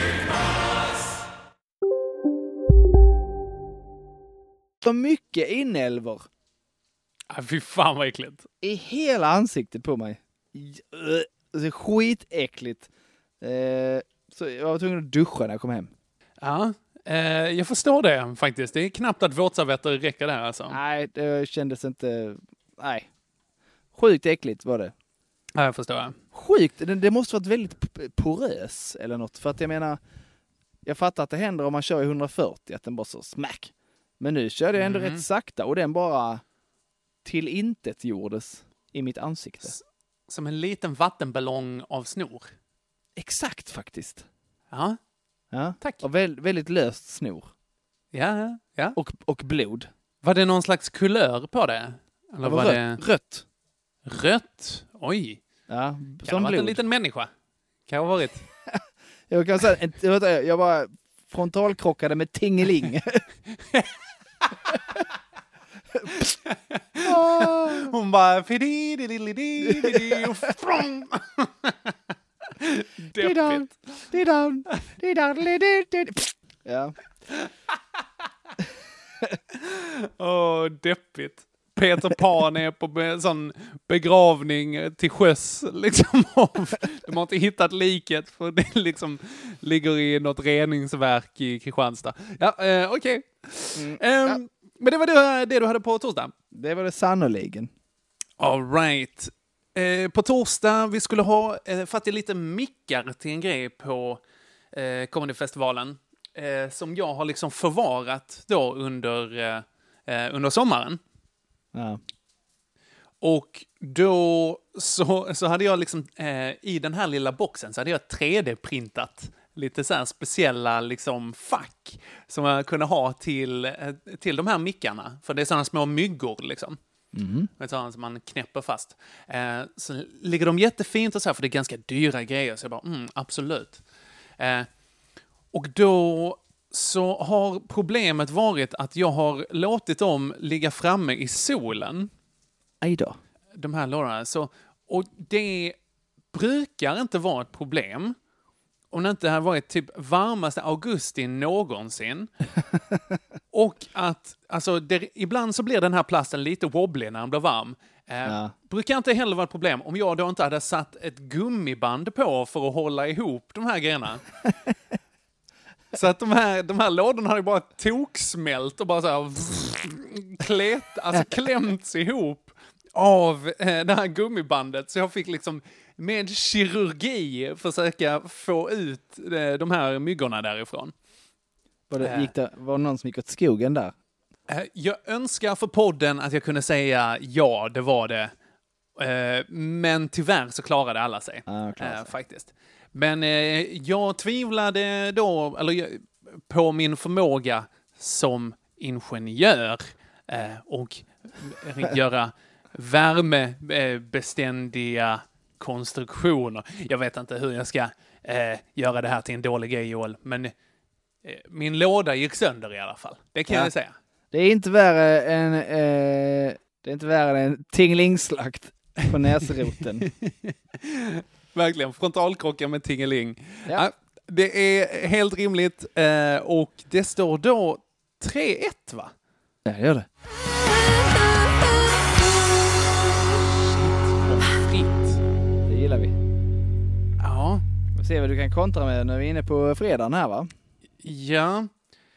Så mycket inälvor. Ah, fy fan vad äckligt. I hela ansiktet på mig. Alltså, skitäckligt. Eh, så jag var tvungen att duscha när jag kom hem. Ja, eh, jag förstår det faktiskt. Det är knappt att våtservetter räcker där alltså. Nej, det kändes inte... Nej. Sjukt äckligt var det. Ja, jag förstår jag. Sjukt, det, det måste varit väldigt porös eller något. För att jag menar, jag fattar att det händer om man kör i hundrafyrtio, att den bara så smack. Men nu körde jag ändå mm. rätt sakta och den bara till intet gjordes i mitt ansikte. S- som en liten vattenballong av snor. Exakt faktiskt. Ja, ja. Tack. Och väl, väldigt löst snor. Ja, ja. Och, och blod. Var det någon slags kulör på det? Eller det var, var rött. det... Rött. Rött? Oj. Ja, kan som ha varit blod. En liten människa. Kan ha varit. jag kan säga, jag, jag bara frontalkrockade med Tingeling. Hon bara deppigt. Ja. Åh, deppigt. Peter Pan är på en sån begravning till sjöss liksom. De har inte hittat liket för det liksom ligger i något reningsverk i Kristianstad. Ja, eh, okej. Okay. Mm, um, ja. Men det var det, det du hade på torsdag? Det var det sannoliken. All right. Eh, på torsdag vi skulle ha eh, fattat lite mickar till en grej på eh, Comedyfestivalen eh, som jag har liksom förvarat då under, eh, under sommaren. Ja. Och då så, så hade jag liksom eh, i den här lilla boxen så hade jag tre D-printat lite så här speciella liksom fack som jag kunde ha till, till de här mickarna. För det är sådana små myggor liksom. Mm. Sådana som man knäpper fast. Eh, så ligger de jättefint och så här, för det är ganska dyra grejer. Så jag bara, mm, absolut. Eh, och då så har problemet varit att jag har låtit dem ligga framme i solen. Aj då. De här lådorna. Så, och det brukar inte vara ett problem om det inte har varit typ varmaste augusti någonsin. Och att, alltså, det, ibland så blir den här plasten lite wobbly när den blir varm. Eh, ja. Brukar inte heller vara ett problem om jag då inte hade satt ett gummiband på för att hålla ihop de här grejerna. Så att de här, de här lådorna har ju bara toksmält och bara så här klet, alltså klämts ihop av eh, det här gummibandet. Så jag fick liksom med kirurgi försöka få ut eh, de här myggorna därifrån. Var det, gick det, var det någon som gick åt skogen där? Eh, jag önskar för podden att jag kunde säga ja, det var det. Eh, men tyvärr så klarade alla sig. Ah, klarade sig. Eh, faktiskt. Men eh, jag tvivlade då eller, på min förmåga som ingenjör eh, och göra värmebeständiga konstruktioner. Jag vet inte hur jag ska eh, göra det här till en dålig grej, Joel, men eh, min låda gick sönder i alla fall. Det kan ja. jag säga. Det är inte värre än eh, det är inte värre än tinglingslakt på näsroten. Verkligen, frontalkrocka med Tingeling. Ja. Ja, det är helt rimligt eh, och det står då tre ett, va? Ja, det gör det. Fritt. Det gillar vi. Ja. Vi ser vad du kan kontra med när vi är inne på fredagen här, va? Ja.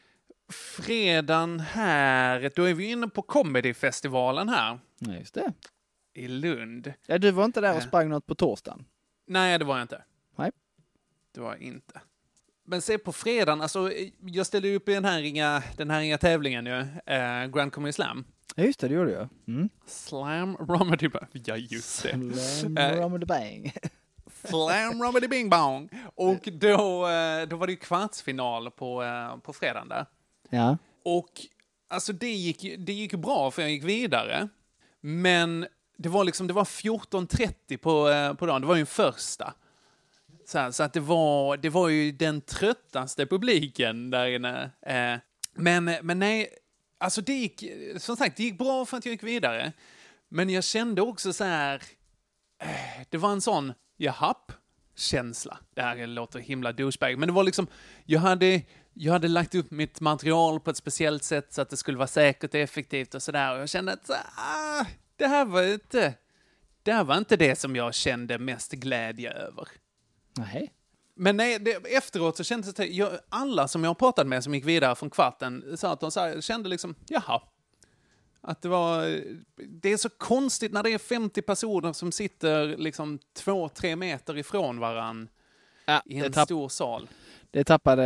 Fredagen här, då är vi inne på Comedyfestivalen här. Ja, just det. I Lund. Ja, du var inte där och sprang något på torsdagen? Nej, det var jag inte. Nej. Det var jag inte. Men se på fredagen, alltså jag ställde upp i den här inga, den här inga tävlingen ju, eh, Grand Comedy Slam. Ja, just det, det gjorde jag. Mm. Slam Romedy Bang. Ja, just det. Slam Romedy Bang. Slam Romedy Bing Bong. Och då, då var det ju kvartsfinal på, på fredagen där. Ja. Och alltså det gick, det gick bra för jag gick vidare. Men det var liksom, det var fjorton trettio på, på dagen. Det var ju den första. Så, här, så att det var, det var ju den tröttaste publiken där inne. Men, men nej, alltså det gick, som sagt, det gick bra för att jag gick vidare. Men jag kände också så här, det var en sån, jahapp, känsla. Det här låter himla douchebag. Men det var liksom, jag hade, jag hade lagt upp mitt material på ett speciellt sätt så att det skulle vara säkert och effektivt och sådär. Och jag kände att ah, det här var inte, det här var inte det som jag kände mest glädje över. Nej. Men nej, det, efteråt så kändes det, jag, alla som jag har pratat med som gick vidare från kvarten sa att de så här, kände liksom, jaha. Att det var, det är så konstigt när det är femtio personer som sitter liksom två, tre meter ifrån varann ja, i en tapp- stor sal. Det tappade,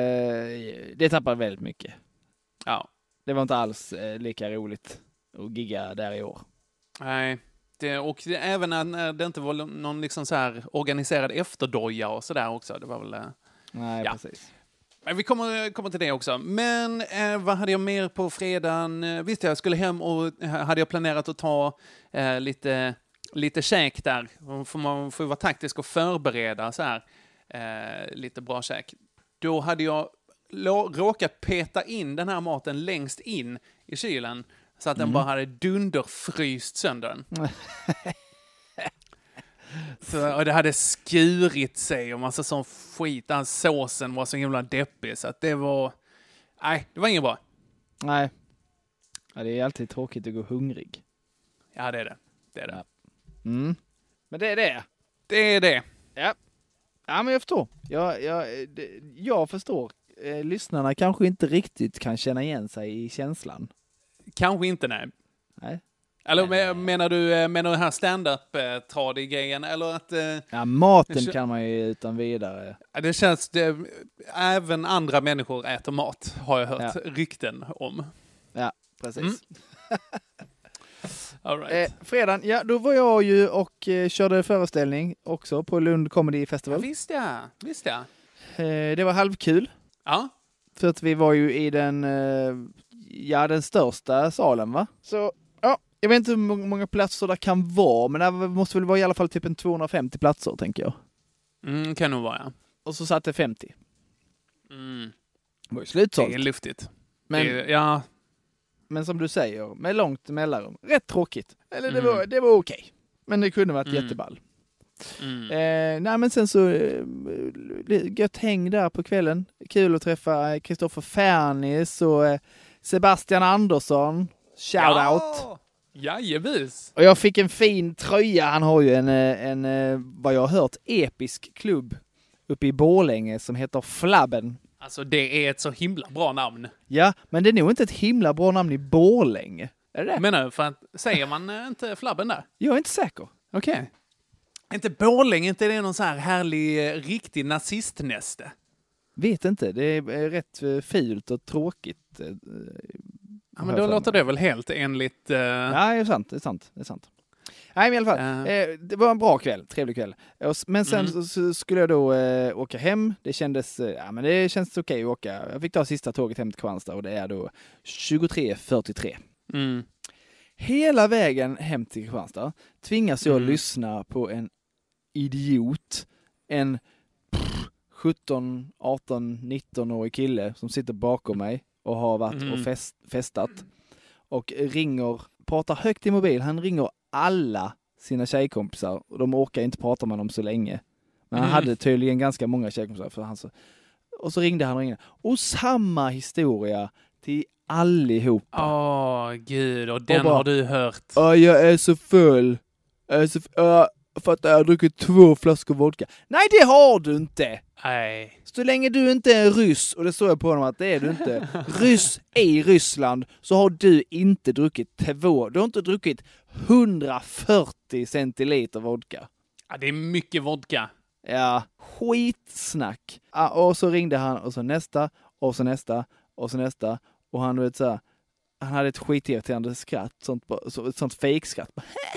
det tappade väldigt mycket. Ja. Det var inte alls lika roligt att gigga där i år. Nej, det, och det, även när det inte var någon liksom så här organiserad efterdoja och sådär också. Det var väl... Nej, ja. Precis. Vi kommer, kommer till det också. Men eh, vad hade jag mer på fredagen? Visst, jag skulle hem och hade jag planerat att ta eh, lite, lite käk där. För man får ju vara taktisk och förbereda så här eh, lite bra käk. Då hade jag lo- råkat peta in den här maten längst in i kylen så att mm. den bara hade dunderfryst sönder den. Så, och det hade skurit sig och massa sån skit. Den såsen var så himla deppig så att det var... Nej, det var inget bra. Nej. Ja, det är alltid tråkigt att gå hungrig. Ja, det är det. Det är det. Ja. Mm. Men det är det. Det är det. Ja. Ja, men jag förstår. Jag, jag, det, jag förstår. Eh, lyssnarna kanske inte riktigt kan känna igen sig i känslan. Kanske inte, nej. Nej. Eller nej. menar du menar du här stand-up-tradig-grejen? Eller att... Eh, ja, maten k- kan man ju utan vidare. Det känns... Det, även andra människor äter mat, har jag hört ja. rykten om. Ja, precis. Mm. All right. eh, fredagen, ja, då var jag ju och eh, körde föreställning också på Lund Comedy Festival. Ja, visst ja, visst ja. Eh, det var halvkul. Ja. För att vi var ju i den, eh, ja, den största salen, va? Så, ja, jag vet inte hur många platser det kan vara, men det måste väl vara i alla fall typ en tvåhundrafemtio platser, tänker jag. Mm, kan nog vara, ja. Och så satt det femtio. Mm. Det var ju slutsålt. Det är luftigt. Men, det är, ja. men som du säger, med långt mellanrum. Rätt tråkigt. Eller det mm. var, det var okej. Okay. Men det kunde varit mm. jätteball. Mm. Eh, nej, men sen så eh, gött häng där på kvällen. Kul att träffa Kristoffer Fernis och eh, Sebastian Andersson. Shout ja. out. Jajebus. Och jag fick en fin tröja. Han har ju en, en, en vad jag har hört, episk klubb uppe i Borlänge som heter Flabben. Alltså det är ett så himla bra namn. Ja, men det är nog inte ett himla bra namn i Borlänge. Är det det? Menar du, för att, säger man inte Flabben där? Jag är inte säker. Okej. Okay. Inte Borlänge, inte det är någon så här härlig, riktig nazistnäste? Vet inte, det är rätt fult och tråkigt. Ja, men då låter det väl helt enligt... Uh... Ja, det är sant, det är sant, det är sant. Nej, men i alla fall, uh... eh, det var en bra kväll, trevlig kväll. Men sen mm. så, så skulle jag då eh, åka hem. Det kändes, eh, ja men det känns okej att åka. Jag fick ta sista tåget hem till Kristianstad och det är då tjugotre fyrtiotre. Mm. Hela vägen hem till Kristianstad tvingas jag mm. lyssna på en idiot, en pff, sjutton, arton, nitton-årig kille som sitter bakom mig och har varit mm. och fest, festat och ringer, pratar högt i mobil. Han ringer alla sina tjejkompisar och de orkar inte prata med dem så länge. Men han Mm. hade tydligen ganska många tjejkompisar för han så. Och så ringde han och ringde. Och samma historia till allihopa. Åh, gud. Och den och bara, har du hört. Ja, jag är så full. Jag är så f- uh, för att jag har druckit två flaskor vodka. Nej, det har du inte. Nej. Så länge du inte är ryss, och det står jag på honom att det är du inte, ryss i Ryssland, så har du inte druckit två. Du har inte druckit hundrafyrtio centiliter vodka. Ja, det är mycket vodka. Ja, skitsnack. Ja, och så ringde han och så nästa, och så nästa, och så nästa. Och han, vet så här, han hade ett skitirriterande skratt, sånt, så, ett sånt fake-skratt.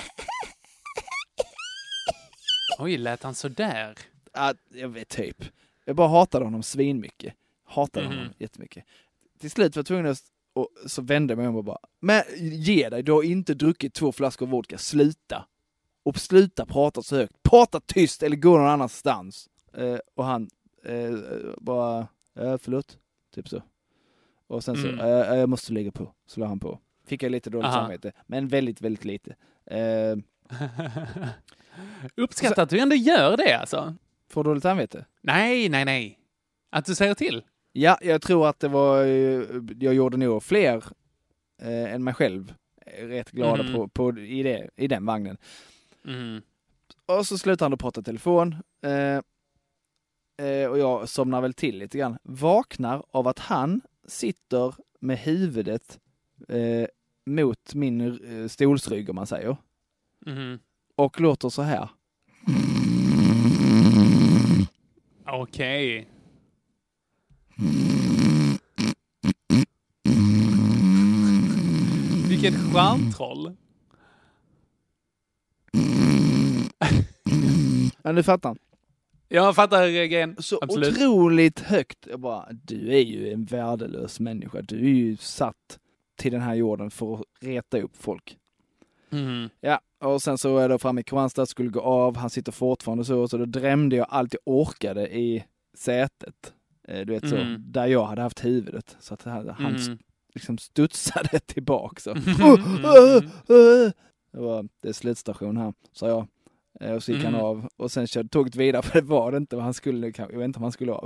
Oj, lät han så där? Ja, jag vet typ. Jag bara hatade honom svinmycket. Hatade Mhm. honom jättemycket. Till slut var jag tvungen att, och så vände jag mig om och bara, men ge dig, du har inte druckit två flaskor vodka, sluta. Och sluta prata så högt. Prata tyst eller gå någon annanstans. Eh, och han eh, bara, eh, förlåt, typ så. Och sen så, Mm. eh, jag måste lägga på. Så la han på. Fick jag lite dåligt Aha. samvete. Men väldigt, väldigt lite. Eh, Uppskattar att du ändå gör det alltså. får dåligt samvete? Nej, nej, nej. Att du säger till. Ja, jag tror att det var, eh, jag gjorde nog fler eh, än mig själv rätt glada Mhm. på, på i, det, i den vagnen. Mm. Och så slutar han att prata i telefon. Eh, eh, och jag somnar väl till lite grann. Vaknar av att han sitter med huvudet eh, mot min eh, stolsrygg, om man säger. Mhm. Och låter så här. Okej. Vilket stjärntroll. Ja, nu fattar han. Jag fattar grejen. Så Absolut. otroligt högt. Jag bara, du är ju en värdelös människa. Du är ju satt till den här jorden för att reta upp folk. Mm. Ja, och sen så är jag framme i Kristianstad, skulle gå av. Han sitter fortfarande så, så då drämde jag allt jag orkade i sätet. Eh, Du vet så, Mm. där jag hade haft huvudet. Så att han han Mm. liksom studsade tillbaka. Så. Mm. Det var det är slutstation här, sa jag. Eh, Och så gick Mm. han av. Och sen körde tåget vidare, för det var det inte vad han skulle. Jag vet inte om han skulle av.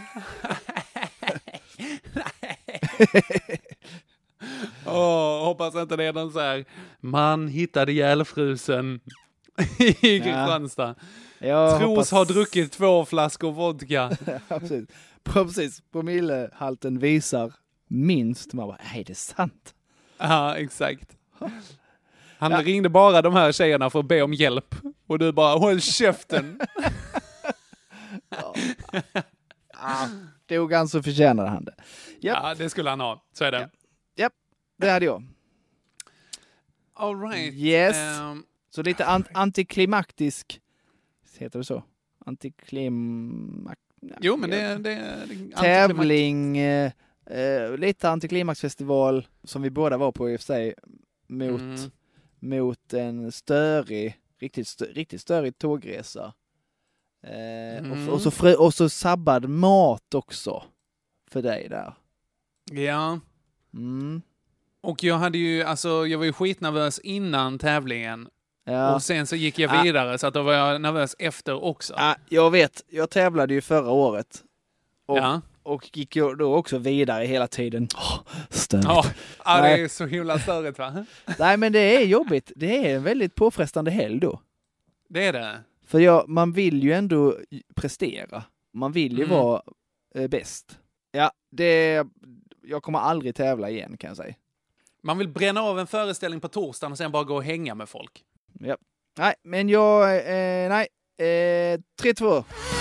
Åh, hoppas inte det är någon så här man hittade ihjälfrusen i Kristianstad. Jag Tros hoppas- har druckit två flaskor vodka. Ja, precis. Precis. Promillehalten visar minst. Man bara, är det sant? Ja, exakt. Han Ja. ringde bara de här tjejerna för att be om hjälp. Och du bara, håll käften. Ah, dog han så förtjänade han det. Japp. Ja, det skulle han ha. Så är det. Ja. Japp, det hade jag. All right. Yes. Ehm, Så lite an- antiklimaktisk, heter det så? Antiklimak... jo, men det, det, det är antiklimax. Tävling, eh, eh, lite antiklimaxfestival som vi båda var på i och för sig, mot, Mm. mot en störig, riktigt, stö, riktigt störig tågresa. Eh, Mm. och, och, så frö, och så sabbad mat också för dig där. Ja. Mm. Och jag hade ju, alltså jag var ju skitnervös innan tävlingen. Ja. Och sen så gick jag Ah. vidare så att då var jag nervös efter också. Ja, jag vet, jag tävlade ju förra året. Och, Ja. och gick ju då också vidare hela tiden. Oh, störigt. Ja, ja, det Nej. är så himla störigt va? Nej, men det är jobbigt. Det är en väldigt påfrestande helg då. Det är det. För jag, man vill ju ändå prestera. Man vill ju Mm. vara eh, bäst. Ja, det, jag kommer aldrig tävla igen, kan jag säga. Man vill bränna av en föreställning på torsdagen och sen bara gå och hänga med folk. Ja. Nej, men jag, eh, nej, eh, tre två.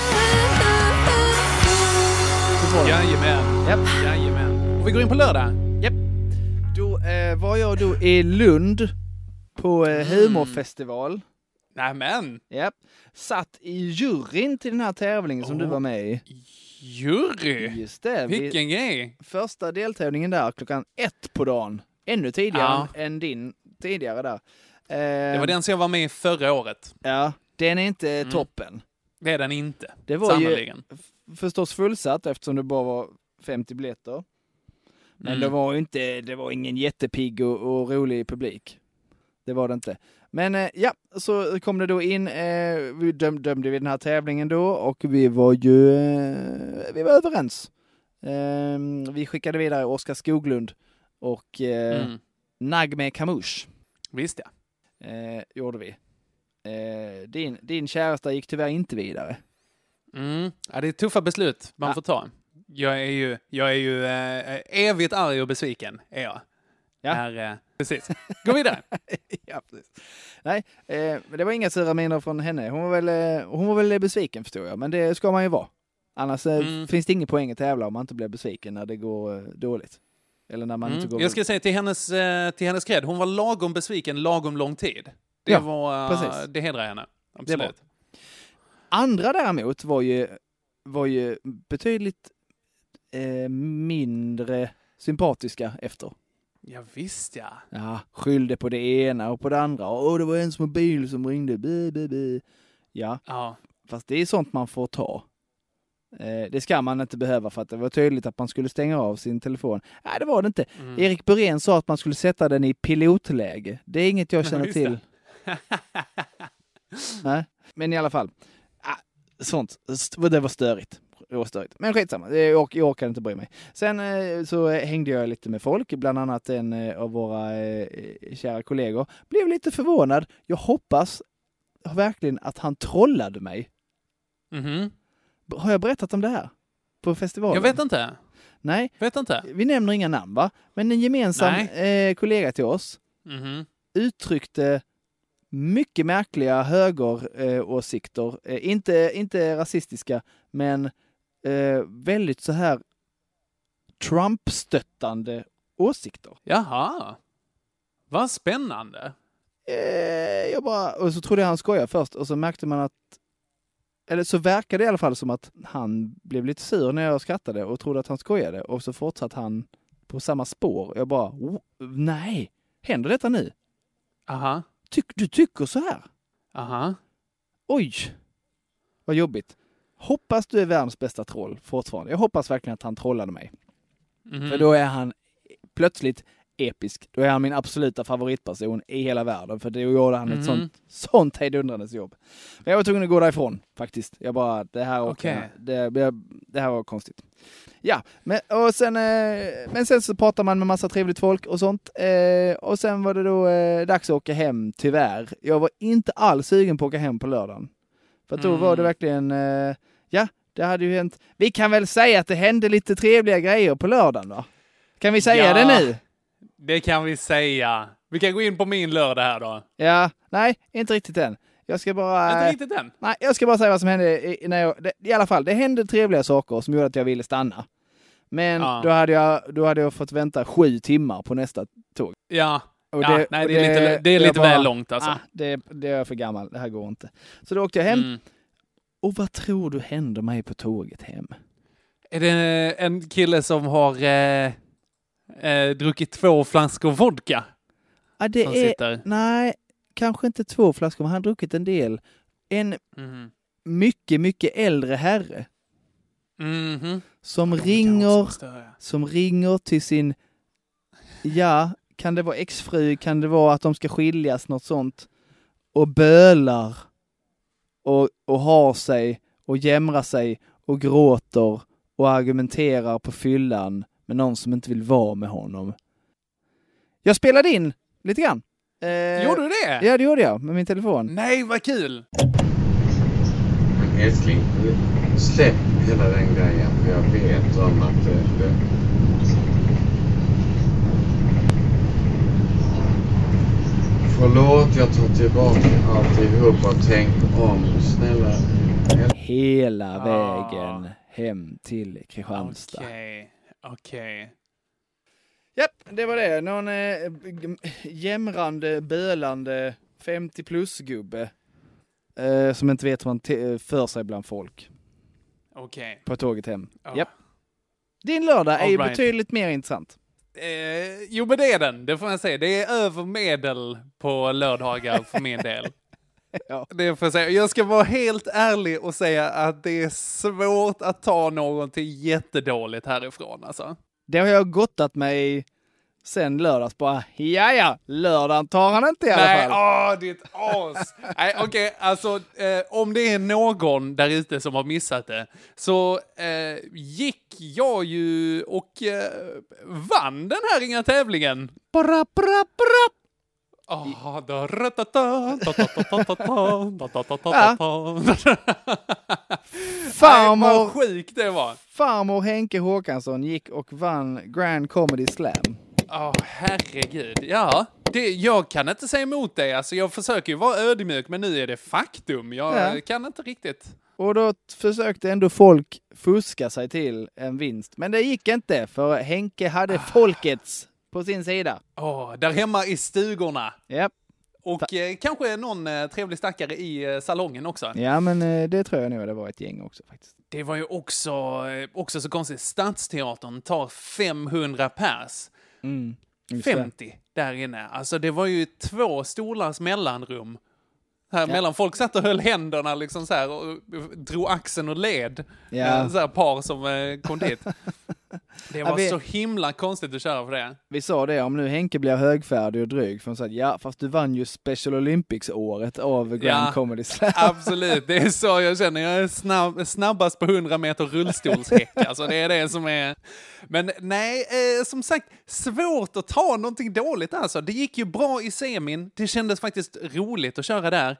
Jajamän. Japp. Jajamän. Och vi går in på lördag. Japp. Då eh, var jag då i Lund på eh, humorfestival. Nämen. Japp. Satt i juryn till den här tävlingen som Oh. du var med i. Jury. Just det. Vi, Vilken grej. första deltävlingen där klockan ett på dagen. Ännu tidigare Ja. än din tidigare där. Eh, Det var den som jag var med i förra året. Ja, den är inte Mm. toppen. Det är den inte. Det var ju Sannoliken. f- förstås fullsatt eftersom det bara var femtio biljetter. Men Mm. det var ju inte, det var ingen jättepigg och, och rolig publik. Det var det inte. Men eh, ja, så kom det då in, eh, vi döm, dömde vi den här tävlingen då och vi var ju eh, vi var överens. Eh, vi skickade vidare Oskar Skoglund och eh, mm. Nagme Kamush. Visst ja. Eh, gjorde vi. Eh, din, din käresta gick tyvärr inte vidare. Mm. Ja, det är tuffa beslut man ja. får ta. Jag är ju, jag är ju eh, evigt arg och besviken, är jag. Ja. Här, eh, precis. Gå vidare. Ja, precis. Nej, eh, det var inga sura miner från henne. Hon var väl, eh, hon var väl besviken, förstår jag. Men det ska man ju vara. Annars eh, mm. finns det ingen poäng att tävla om man inte blir besviken när det går eh, dåligt. Eller när man mm. inte går... Jag ska säga till hennes, eh, till hennes cred, hon var lagom besviken lagom lång tid. Det, ja, var, uh, det hedrar henne. Absolut. Andra däremot var ju, var ju betydligt eh, mindre sympatiska efter. Ja, visst ja. Ja, skyllde på det ena och på det andra. Åh, det var ens mobil som ringde. Bi, bi, bi. Ja. ja, fast det är sånt man får ta. Eh, det ska man inte behöva för att det var tydligt att man skulle stänga av sin telefon. Nej, det var det inte. Mm. Erik Burén sa att man skulle sätta den i pilotläge. Det är inget jag känner till. Nej, men i alla fall. Ah, sånt. Det var störigt. Det var störigt. Men skitsamma. Jag, jag orkade inte bry mig. Sen eh, så hängde jag lite med folk. Bland annat en eh, av våra eh, kära kollegor. Blev lite förvånad. Jag hoppas verkligen att han trollade mig. Mhm. Har jag berättat om det här? På festivalen? Jag vet inte. Nej. Vet inte. Vi nämner inga namn, va? Men en gemensam eh, kollega till oss mm-hmm. uttryckte mycket märkliga högeråsikter. Eh, eh, inte, inte rasistiska, men eh, väldigt så här Trump-stöttande åsikter. Jaha. Vad spännande. Eh, jag bara, och så trodde jag han skojade först och så märkte man att eller så verkade det i alla fall som att han blev lite sur när jag skrattade och trodde att han skojade. Och så fortsatte han på samma spår. Jag bara, nej, händer detta nu? Aha. Tyck, du tycker så här? Aha. Oj, vad jobbigt. Hoppas du är världens bästa troll fortfarande. Jag hoppas verkligen att han trollade mig. Mm-hmm. För då är han plötsligt episk. Då är han min absoluta favoritperson i hela världen. För då gjorde han mm. ett sånt, sånt hejdundrandes jobb. Men jag var tvungen att gå därifrån faktiskt. Jag bara, det här, okay. det, det, det här var konstigt. Ja, men, och sen, eh, men sen så pratar man med massa trevligt folk och sånt. Eh, och sen var det då eh, dags att åka hem, tyvärr. Jag var inte alls sugen på att åka hem på lördagen. För då mm. var det verkligen, eh, ja, det hade ju hänt. Vi kan väl säga att det hände lite trevliga grejer på lördagen då? Kan vi säga ja. det nu? Det kan vi säga. Vi kan gå in på min lördag här då. Ja, nej, inte riktigt än. Jag ska bara... Inte riktigt än? Nej, jag ska bara säga vad som hände när jag... Det, I alla fall, det hände trevliga saker som gjorde att jag ville stanna. Men ja. då, hade jag, då hade jag fått vänta sju timmar på nästa tåg. Ja, och det, ja nej, det är lite, det är lite bara, väl långt alltså. Ah, det, det är för gammal, det här går inte. Så då åkte jag hem. Mm. Och vad tror du hände mig på tåget hem? Är det en kille som har... Eh... Eh, druckit två flaskor vodka. Ja, det är, sitter. Nej, kanske inte två flaskor, men han har druckit en del. En mm. mycket, mycket äldre herre. Mm-hmm. Som oh, ringer som ringer till sin, ja, kan det vara exfru, kan det vara att de ska skiljas, något sånt. Och bölar. Och, och har sig. Och jämrar sig. Och gråter. Och argumenterar på fyllan. med någon som inte vill vara med honom. Jag spelade in lite grann. Eh, gjorde du det? Ja, det gjorde jag med min telefon. Nej, vad kul! Men älskling, släpp hela den grejen. För jag vet om att det... Förlåt, jag tar tillbaka alltihop och tänk om. Snälla. Hela vägen ah. hem till Kristianstad. Okej, okay. okej. Okay. Japp, det var det. Någon eh, jämrande, bölande femtio plus gubbe eh, som inte vet vad man te- för sig bland folk. Okej. Okay. På tåget hem. Oh. Japp. Din lördag All är ju right. betydligt mer intressant. Eh, jo, men det är den. Det får man säga. Det är över medel på lördagar för min del. Ja. Det får jag säga. Jag ska vara helt ärlig och säga att det är svårt att ta någonting jättedåligt härifrån. Alltså. Det har jag gottat mig Sen lördags bara, ja ja, lördagen tar han inte i alla Nej, fall. Nej, åh, ditt as. Nej, okej, okay, alltså eh, om det är någon där ute som har missat det, så eh, gick jag ju och eh, vann den här inga tävlingen. Bra, bra, bra. Ah, da, ratata, ta, ta, ta, ta, ta, ta, ta, ta, ta, Ja. Farmor, Nej, vad sjuk det var. farmor Henke Håkansson gick och vann Grand Comedy Slam. Ja, oh, herregud. Ja, det, jag kan inte säga emot det. Alltså, jag försöker ju vara ödmjuk, men nu är det faktum. Jag Ja. kan inte riktigt. Och då försökte ändå folk fuska sig till en vinst. Men det gick inte, för Henke hade folkets på sin sida. Åh, oh, där hemma i stugorna. Japp. Och eh, kanske någon eh, trevlig stackare i eh, salongen också. Ja, men eh, det tror jag nog det var ett gäng också faktiskt. Det var ju också, eh, också så konstigt. Stadsteatern tar femhundra pers. Mm. femtio där inne. Alltså det var ju två stolars mellanrum. Här Ja. mellan folk satt och höll händerna liksom så här och drog axeln och led. Ja. Så här par som eh, kom dit. Det var Ja, vi- så himla konstigt att köra för det. Vi sa det, om nu Henke blir högfärdig och dryg, för han sa att ja, fast du vann ju Special Olympics-året av Grand Ja. Comedy Slam. Absolut, det är så jag känner. Jag är snabb, snabbast på hundra meter rullstolshäck. Alltså det är det som är... Men nej, eh, som sagt, svårt att ta någonting dåligt alltså. Det gick ju bra i semin. Det kändes faktiskt roligt att köra där.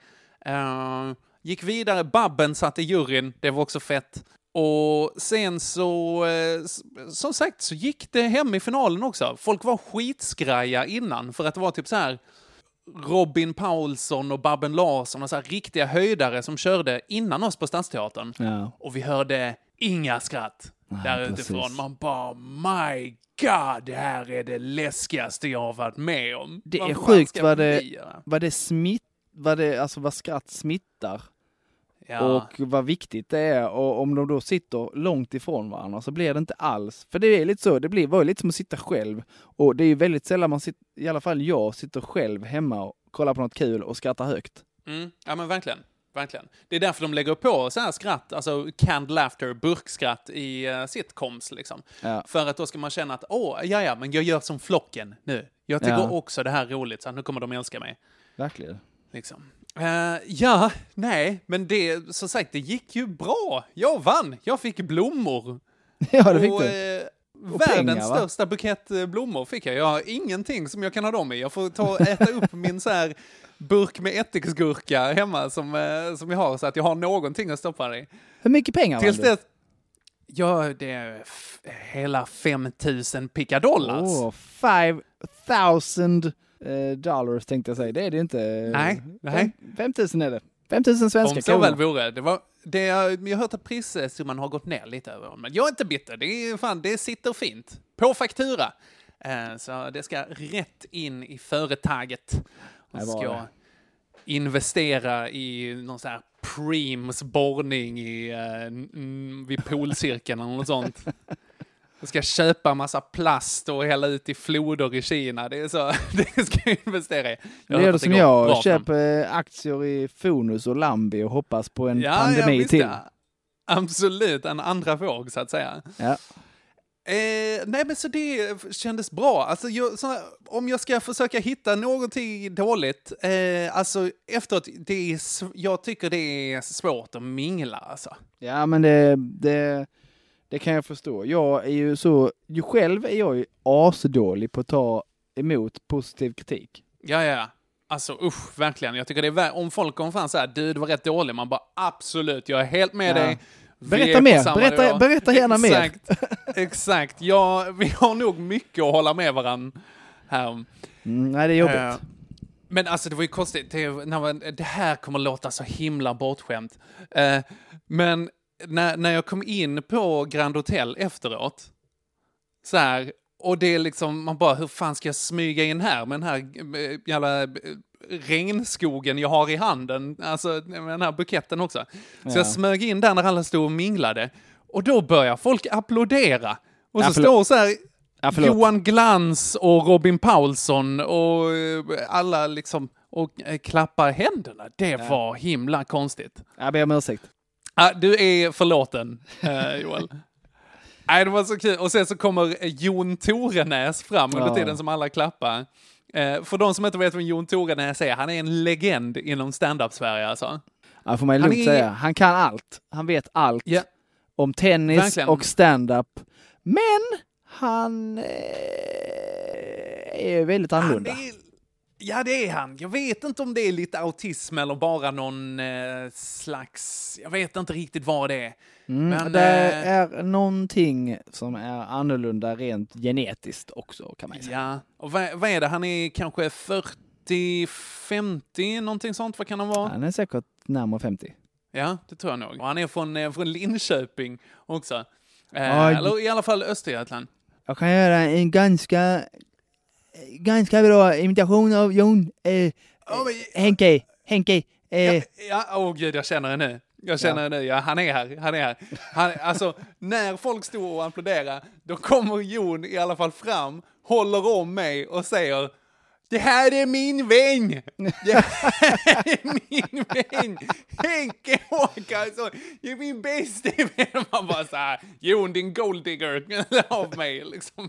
Uh, gick vidare, Babben satt i juryn. Det var också fett. Och sen så, eh, som sagt, så gick det hem i finalen också. Folk var skitskraja innan för att det var typ så här Robin Paulsson och Babben Larsson och så här riktiga höjdare som körde innan oss på Stadsteatern. Ja. Och vi hörde inga skratt Nej, där precis. utifrån. Man bara, my god, det här är det läskigaste jag har varit med om. Det Vad är fan sjukt ska vad vi det, göra? vad det smitt, vad det, alltså vad skratt smittar. Ja. Och vad viktigt det är. Och om de då sitter långt ifrån varandra så blir det inte alls. För det är lite så, det blir, var ju lite som att sitta själv. Och det är ju väldigt sällan man sitter, i alla fall jag, sitter själv hemma och kollar på något kul och skrattar högt. Mm, ja men verkligen, verkligen. Det är därför de lägger på så här skratt, alltså canned laughter, burkskratt i uh, sitcoms liksom. Ja. För att då ska man känna att, åh, ja ja, men jag gör som flocken nu. Jag tycker Ja. också det här är roligt, så nu kommer de älska mig. Verkligen. Liksom. Uh, ja, nej, men det, som sagt, det gick ju bra. Jag vann, jag fick blommor. Ja, det fick och, du. eh, Och världens pengar, va? största bukett eh, blommor fick jag. Jag har ingenting som jag kan ha dem i. Jag får ta och äta upp min så här burk med ättiksgurka hemma som, eh, som jag har, så att jag har någonting att stoppa det i. Hur mycket pengar Tills vann du? det, ja, det är f- hela fem tusen pickadollars. Åh, five thousand eh, dollars tänkte jag säga. Det är det ju inte. Nej, nej. fem tusen är det. fem tusen svenska Om så väl kronor. vore. Det var, det, jag har hört att prissumman har gått ner lite över. Men jag är inte bitter. Det, är, fan, det sitter fint. På faktura. Eh, så det ska rätt in i företaget. Och Det var ska det. investera i någon sån här Preems borrning i, eh, n- vid polcirkeln eller något sånt. Jag ska köpa massa plast och hälla ut i floder i Kina. Det är så det ska jag investera i. Det har är hört det att som går jag, bra för dem. köper eh, aktier i Fonus och Lambi och hoppas på en Ja, pandemi ja, visst, till. ja. Absolut, en andra våg så att säga. Ja. Eh, nej men så det kändes bra. Alltså, jag, så, om jag ska försöka hitta någonting dåligt, eh, alltså efteråt, det är, s- jag tycker det är svårt att mingla alltså. Ja, men det, det, det kan jag förstå. Jag är ju så, ju själv är jag ju asdålig på att ta emot positiv kritik. Ja, ja. Alltså usch, verkligen. Jag tycker det är vär- om folk kommer fram så här, du, du var rätt dålig, man bara absolut, jag är helt med Ja. dig. Vi Berätta är på mer, samma berätta, nivå. berätta gärna mer. Exakt, exakt. Ja, vi har nog mycket att hålla med varandra här. Mm, nej, det är jobbigt. Eh, men alltså det var ju konstigt. Det, när man, det här kommer låta så himla bortskämt. Eh, men när, när jag kom in på Grand Hotel efteråt, så här, och det är liksom, man bara, hur fan ska jag smyga in här med den här eh, jävla eh, regnskogen jag har i handen, alltså med den här buketten också. Så Ja. jag smög in där när alla stod och minglade. Och då börjar folk applådera. Och så Ja, förlåt. står så här Ja, förlåt. Johan Glans och Robin Paulsson och eh, alla liksom och eh, klappar händerna. Det Ja. var himla konstigt. Jag ber om ursäkt. Ah, du är förlåten, eh, Joel. Nej, det var så kul. Och sen så kommer Jon Torenäs fram under Ja. tiden som alla klappar. Eh, för de som inte vet vem Jon Torenäs är, han är en legend inom stand-up-Sverige alltså. Ja, får man Han lugnt är- säga. Han kan allt. Han vet allt Ja. om tennis Verkligen. och stand-up. Men han eh, är väldigt annorlunda. Han är, ja, det är han. Jag vet inte om det är lite autism eller bara någon eh, slags... Jag vet inte riktigt vad det är. Mm, Men, det eh, är någonting som är annorlunda rent genetiskt också, kan man säga. Ja, och vad, vad är det? Han är kanske fyrtio, femtio, någonting sånt. Vad kan han vara? Han är säkert närmare femtio. Ja, det tror jag nog. Och han är från, eh, från Linköping också. Eh, Ja, eller i alla fall Östergötland. Jag kan göra en ganska ganska bra imitation av Jon. Eh, Henke. Henke. Eh, Ja, åh gud, jag känner det nu. Jag känner Ja. det nu. Ja, han är här. Han är här. Han, alltså, när folk står och applåderar, då kommer Jon i alla fall fram, håller om mig och säger: det här är min vän! Det här är min vän! Henke Håkansson! Det är min bästa vän! Man bara så här: Jon, din golddigger av mig, liksom.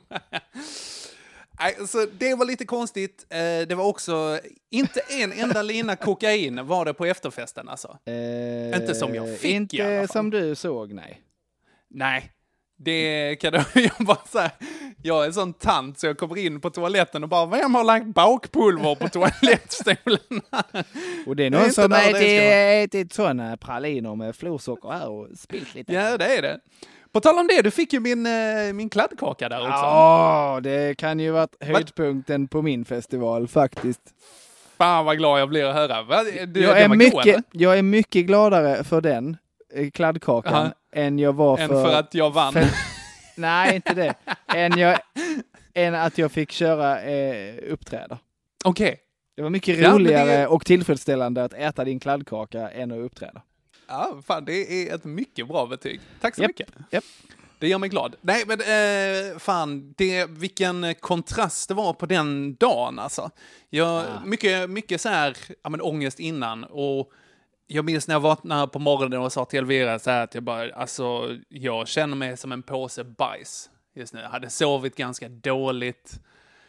Alltså, det var lite konstigt. Eh, Det var också inte en enda lina kokain var det på efterfesten, alltså. eh, Inte som jag fick, i alla Inte fall. som du såg, nej. Nej, det kan jag bara säga. Jag är en sån tant så jag kommer in på toaletten och bara: vem har lagt bakpulver på toalettstolen? Och det är Det är någon inte som där har det ska vara. ätit sådana praliner med florsocker här och spilt lite. Ja, det är det. På tal om det, du fick ju min, eh, min kladdkaka där också. Ja, det kan ju varit höjdpunkten på min festival faktiskt. Fan vad glad jag blir att höra. Va? Du, Jag det är, var god, mycket, eller? jag är mycket gladare för den eh, kladdkakan Aha. än jag var Än för... för att jag vann. För, nej, inte det. än, jag, än att jag fick köra eh, uppträda. Okej. Det var mycket Ja, men roligare det- och tillfredsställande att äta din kladdkaka än att uppträda. Ja, fan, det är ett mycket bra betyg. Tack så Japp, mycket. japp. Det gör mig glad. Nej, men eh, fan, det, vilken kontrast det var på den dagen, alltså. Jag, mycket, mycket så här, ja, men ångest innan. Och jag minns när jag vaknade på morgonen och sa till Elvira så här att jag bara, alltså, jag känner mig som en påse bajs just nu. Jag hade sovit ganska dåligt.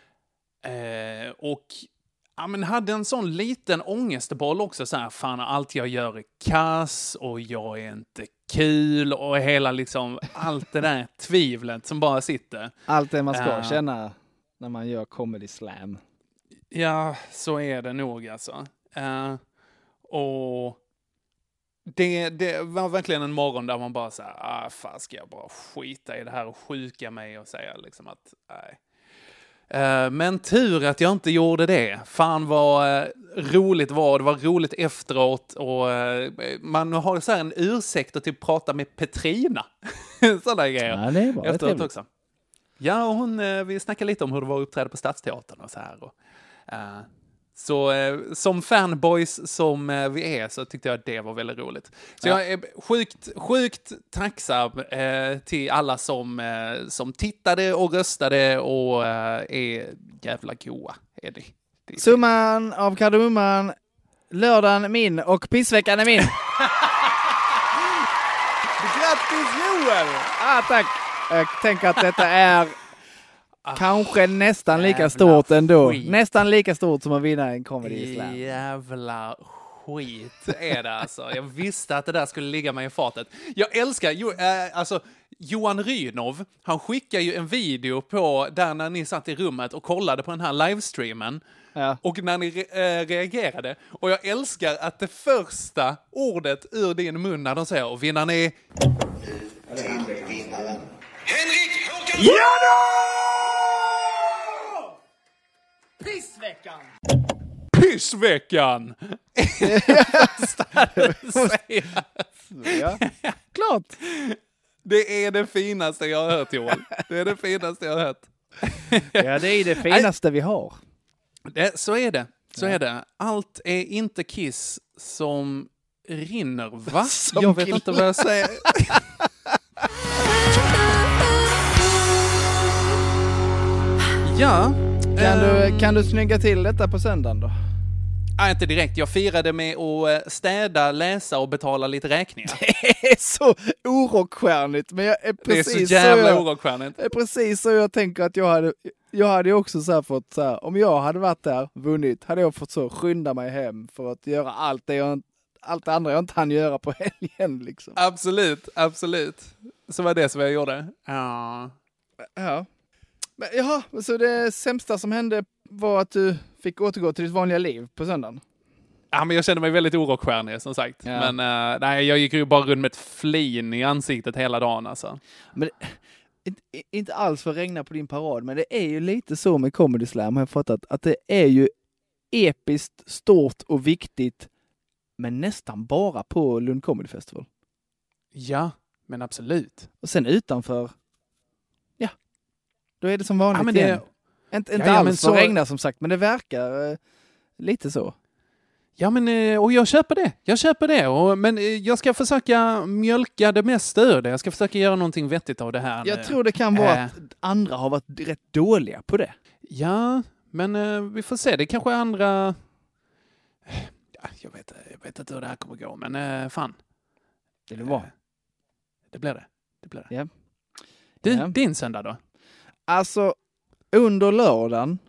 Eh, och ja, men hade en sån liten ångestboll också, så här: fan, allt jag gör är kass och jag är inte kul och hela liksom allt det där tvivlet som bara sitter. Allt det man ska Ja. känna när man gör comedy slam. Ja, så är det nog alltså. Eh, och det, det var verkligen en morgon där man bara så här: ah, fan, ska jag bara skita i det här och sjuka mig och säga liksom att nej. Eh, men tur att jag inte gjorde det. Fan vad eh, roligt var. Det var roligt efteråt. Och eh, man har så här en ursäkt att typ prata med Petrina. Sådana grejer. Ja, det är bra. Det är Efteråt trevligt. också. Ja, och hon, eh, vi snackade lite om hur det var att uppträda på Stadsteatern och så här. Och, eh, så eh, som fanboys som eh, vi är så tyckte jag att det var väldigt roligt. Så Ja. jag är sjukt, sjukt tacksam eh, till alla som, eh, som tittade och röstade och eh, är jävla goa. Är det. Det är Summan av kardemumman, lördagen min och pissveckan är min. Grattis Joel! Ah, tack. Jag tänker att detta är kanske nästan lika jävla stort ändå. skit. Nästan lika stort som att vinna en comedy slam. Jävla skit är det alltså. Jag visste att det där skulle ligga mig i fatet. Jag älskar, jo, äh, alltså Johan Rydnov, han skickar ju en video på där när ni satt i rummet och kollade på den här livestreamen. Ja. Och när ni re- äh, reagerade. Och jag älskar att det första ordet ur din mun när de säger och vinnaren är... Henrik Håkan! Ja då! Pissveckan! Pissveckan! Ja, klart. Det är det finaste jag har hört, Joel. Det är det finaste jag har hört. Ja, det är det finaste vi har. Det, så är det. Så Ja. är det. Allt är inte kiss som rinner, va? Som jag vet killar. inte vad jag säger. ja. Kan ehm, du, kan du snygga till detta på söndagen då? Nej, inte direkt. Jag firade med att städa, läsa och betala lite räkningar. Det är så orockstjärnigt, men jag är precis det är så jävla så orockstjärnigt. Det är precis så jag tänker att jag hade, jag hade också så här fått så här, om jag hade varit där, vunnit, hade jag fått så skynda mig hem för att göra allt det jag, allt det andra jag inte hann göra på helgen liksom. Absolut, absolut. Så var det som jag gjorde. Ja. Ja. Men, jaha, så det sämsta som hände var att du fick återgå till ditt vanliga liv på söndagen? Ja, men jag kände mig väldigt orockstjärnig som sagt. Ja. Men uh, nej, jag gick ju bara runt med ett flin i ansiktet hela dagen alltså. Men inte, inte alls för att regna på din parad, men det är ju lite så med Comedy Slam, har jag fattat, att det är ju episkt, stort och viktigt, men nästan bara på Lund Comedy Festival. Ja, men absolut. Och sen utanför, ja, då är det som vanligt ja, men det... igen. Inte, inte ja, ja, alls men så... så regna som sagt, men det verkar eh, lite så. Ja, men och jag köper det. Jag köper det. Och, men jag ska försöka mjölka det mesta ur det. Jag ska försöka göra någonting vettigt av det här. Jag tror det kan vara äh... att andra har varit rätt dåliga på det. Ja, men uh, vi får se. Det kanske är andra... Ja, jag, vet, jag vet inte hur det här kommer gå, men uh, fan. Det blir bra. Uh, det blir det. Det blir det. Ja. Du, ja. Din söndag då? Alltså, under lördagen,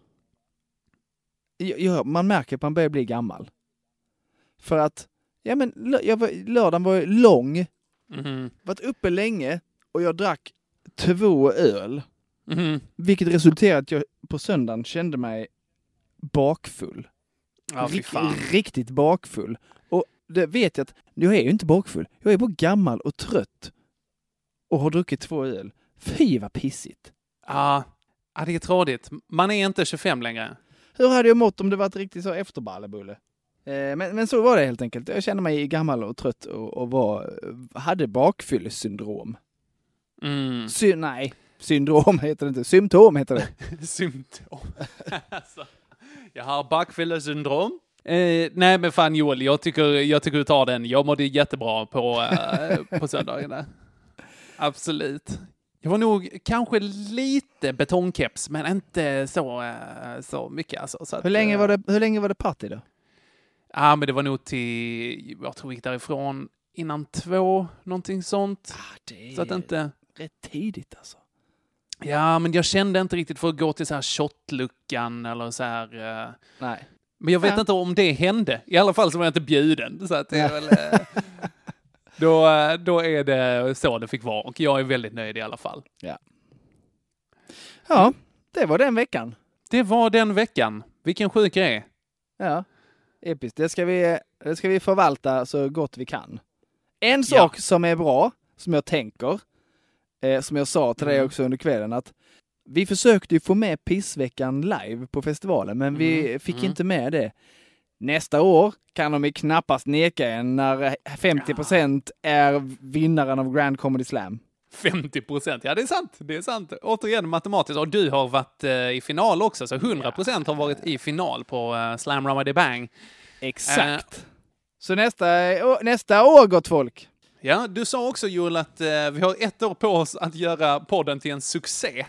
ja, man märker att man börjar bli gammal. För att, ja men jag var, lördagen var lång, mm-hmm. varit uppe länge och jag drack två öl. Mm-hmm. Vilket resulterade att jag på söndagen kände mig bakfull. Ja, Rik- riktigt bakfull. Och det vet jag att, jag är ju inte bakfull. Jag är bara gammal och trött och har druckit två öl. Fy vad pissigt. Ja, ja det är trådigt. Man är inte tjugofem längre. Hur hade jag mått om det var ett riktigt så efterballebulle? Eh, men, men så var det helt enkelt. Jag kände mig gammal och trött och, och var, hade bakfyllesyndrom. Mm. Sy- nej, syndrom heter det inte. Symptom heter det. Symptom. Alltså, jag har bakfyllesyndrom. Eh, nej men fan Joel, jag tycker, jag tycker du tar den. Jag mådde jättebra på, eh, på söndagen. Absolut. Jag var nog kanske lite betongkeps, men inte så, så mycket. Alltså. Så att, hur, länge var det, hur länge var det party då? Ja, men det var nog till, jag tror vi gick därifrån innan två, någonting sånt. Ah, det är så att inte... rätt tidigt alltså. Ja, men jag kände inte riktigt för att gå till så här shotluckan eller så här... Uh... Nej. Men jag vet ja. inte om det hände. I alla fall så var jag inte bjuden. Så att det är väl... Uh... Då, då är det så det fick vara. Och jag är väldigt nöjd i alla fall. Ja. Ja, det var den veckan. Det var den veckan. Vilken sjuk grej. Ja, episkt. Det ska vi, det ska vi förvalta så gott vi kan. En sak ja. som är bra, som jag tänker, eh, som jag sa till dig också under kvällen, att vi försökte ju få med pissveckan live på festivalen, men mm. vi fick mm. inte med det. Nästa år kan de ju knappast neka en när femtio procent är vinnaren av Grand Comedy Slam. femtio procent, ja det är sant. Det är sant. Återigen matematiskt. Och du har varit uh, i final också, så hundra procent har varit i final på uh, Slam Ramadi Bang. Exakt. Uh, så nästa, å, nästa år, gott folk. Ja, du sa också Joel att uh, vi har ett år på oss att göra podden till en succé.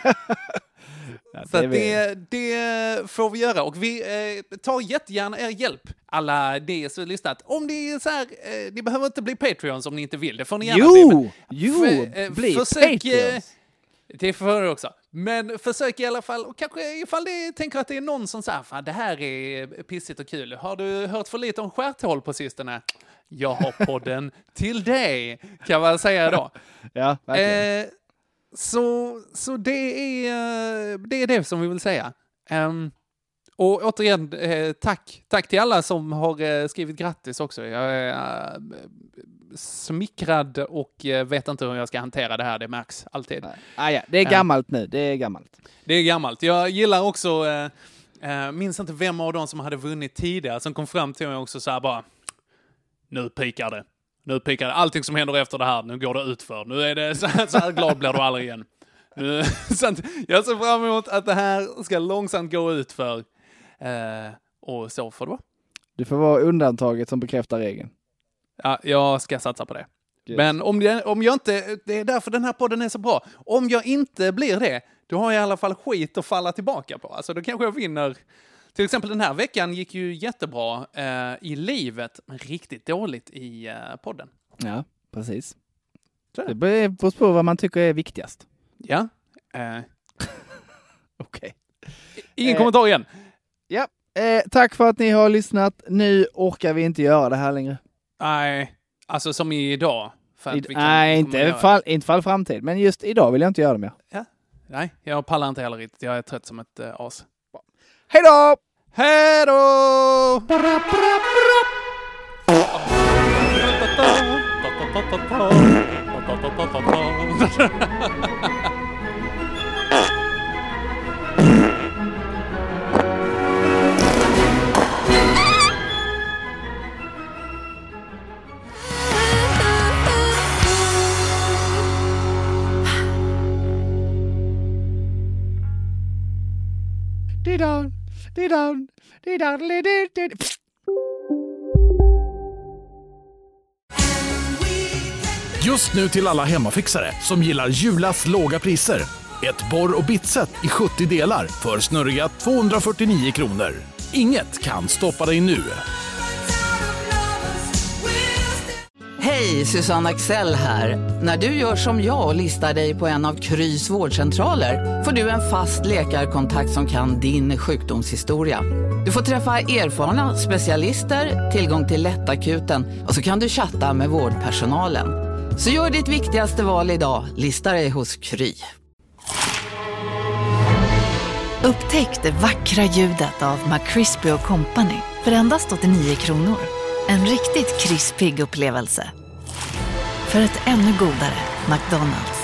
Ja, så det, det, det får vi göra. Och vi eh, tar jättegärna er hjälp. Alla det som lyssnat. Om det är så här, eh, ni behöver inte bli Patreons om ni inte vill. Det får ni gärna jo, bli. Men, jo, eh, bli försök, Patreons. Eh, det får du också. Men försök i alla fall. Och kanske ifall det tänker att det är någon som säger, fan det här är pissigt och kul. Har du hört för lite om skärthål på sistone? Jag har podden till dig, kan man säga då. Ja, verkligen. Eh, Så, så det, är, det är det som vi vill säga. Um, och återigen, eh, tack. Tack till alla som har eh, skrivit grattis också. Jag är eh, smickrad och eh, vet inte hur jag ska hantera det här. Det märks alltid. Ah, ja. Det är gammalt uh, nu. Det är gammalt. Det är gammalt. Jag gillar också, eh, eh, minns inte vem av dem som hade vunnit tidigare som kom fram till mig också så här bara, nu pikar det. Nu pikar det. Allting som händer efter det här, nu går det utför. Nu är det så här, så här glad blir du aldrig igen. Nu, så att jag ser fram emot att det här ska långsamt gå utför. Eh, och så får det vara. Du får vara undantaget som bekräftar regeln. Ja, jag ska satsa på det. Yes. Men om, det, om jag inte, det är därför den här podden är så bra. Om jag inte blir det, då har jag i alla fall skit att falla tillbaka på. Alltså då kanske jag vinner Till exempel den här veckan gick ju jättebra eh, i livet, men riktigt dåligt i eh, podden. Ja, precis. Det. det beror på vad man tycker är viktigast. Ja. Eh. Okej. Okay. Ingen eh, kommentar igen. Ja. Eh, tack för att ni har lyssnat. Nu orkar vi inte göra det här längre. Nej, alltså som idag. För att I, vi kan, nej, inte fall, inte fall framtid. Men just idag vill jag inte göra det mer. Ja. Nej, jag pallar inte heller riktigt. Jag är trött som ett äh, as. Hej då! Hej då! Di-down, di-down, di-down, di-down. Just nu till alla hemmafixare som gillar Julas låga priser. Ett borr- och bitset i sjuttio delar för snurriga tvåhundrafyrtionio kronor. Inget kan stoppa dig nu. Hej, Susanne Axel här. När du gör som jag och listar dig på en av Krys vårdcentraler får du en fast läkarkontakt som kan din sjukdomshistoria. Du får träffa erfarna specialister, tillgång till lättakuten och så kan du chatta med vårdpersonalen. Så gör ditt viktigaste val idag, lista dig hos Kry. Upptäck det vackra ljudet av McCrispy och Company för endast åttionio kronor. En riktigt krispig upplevelse. För ett ännu godare McDonald's.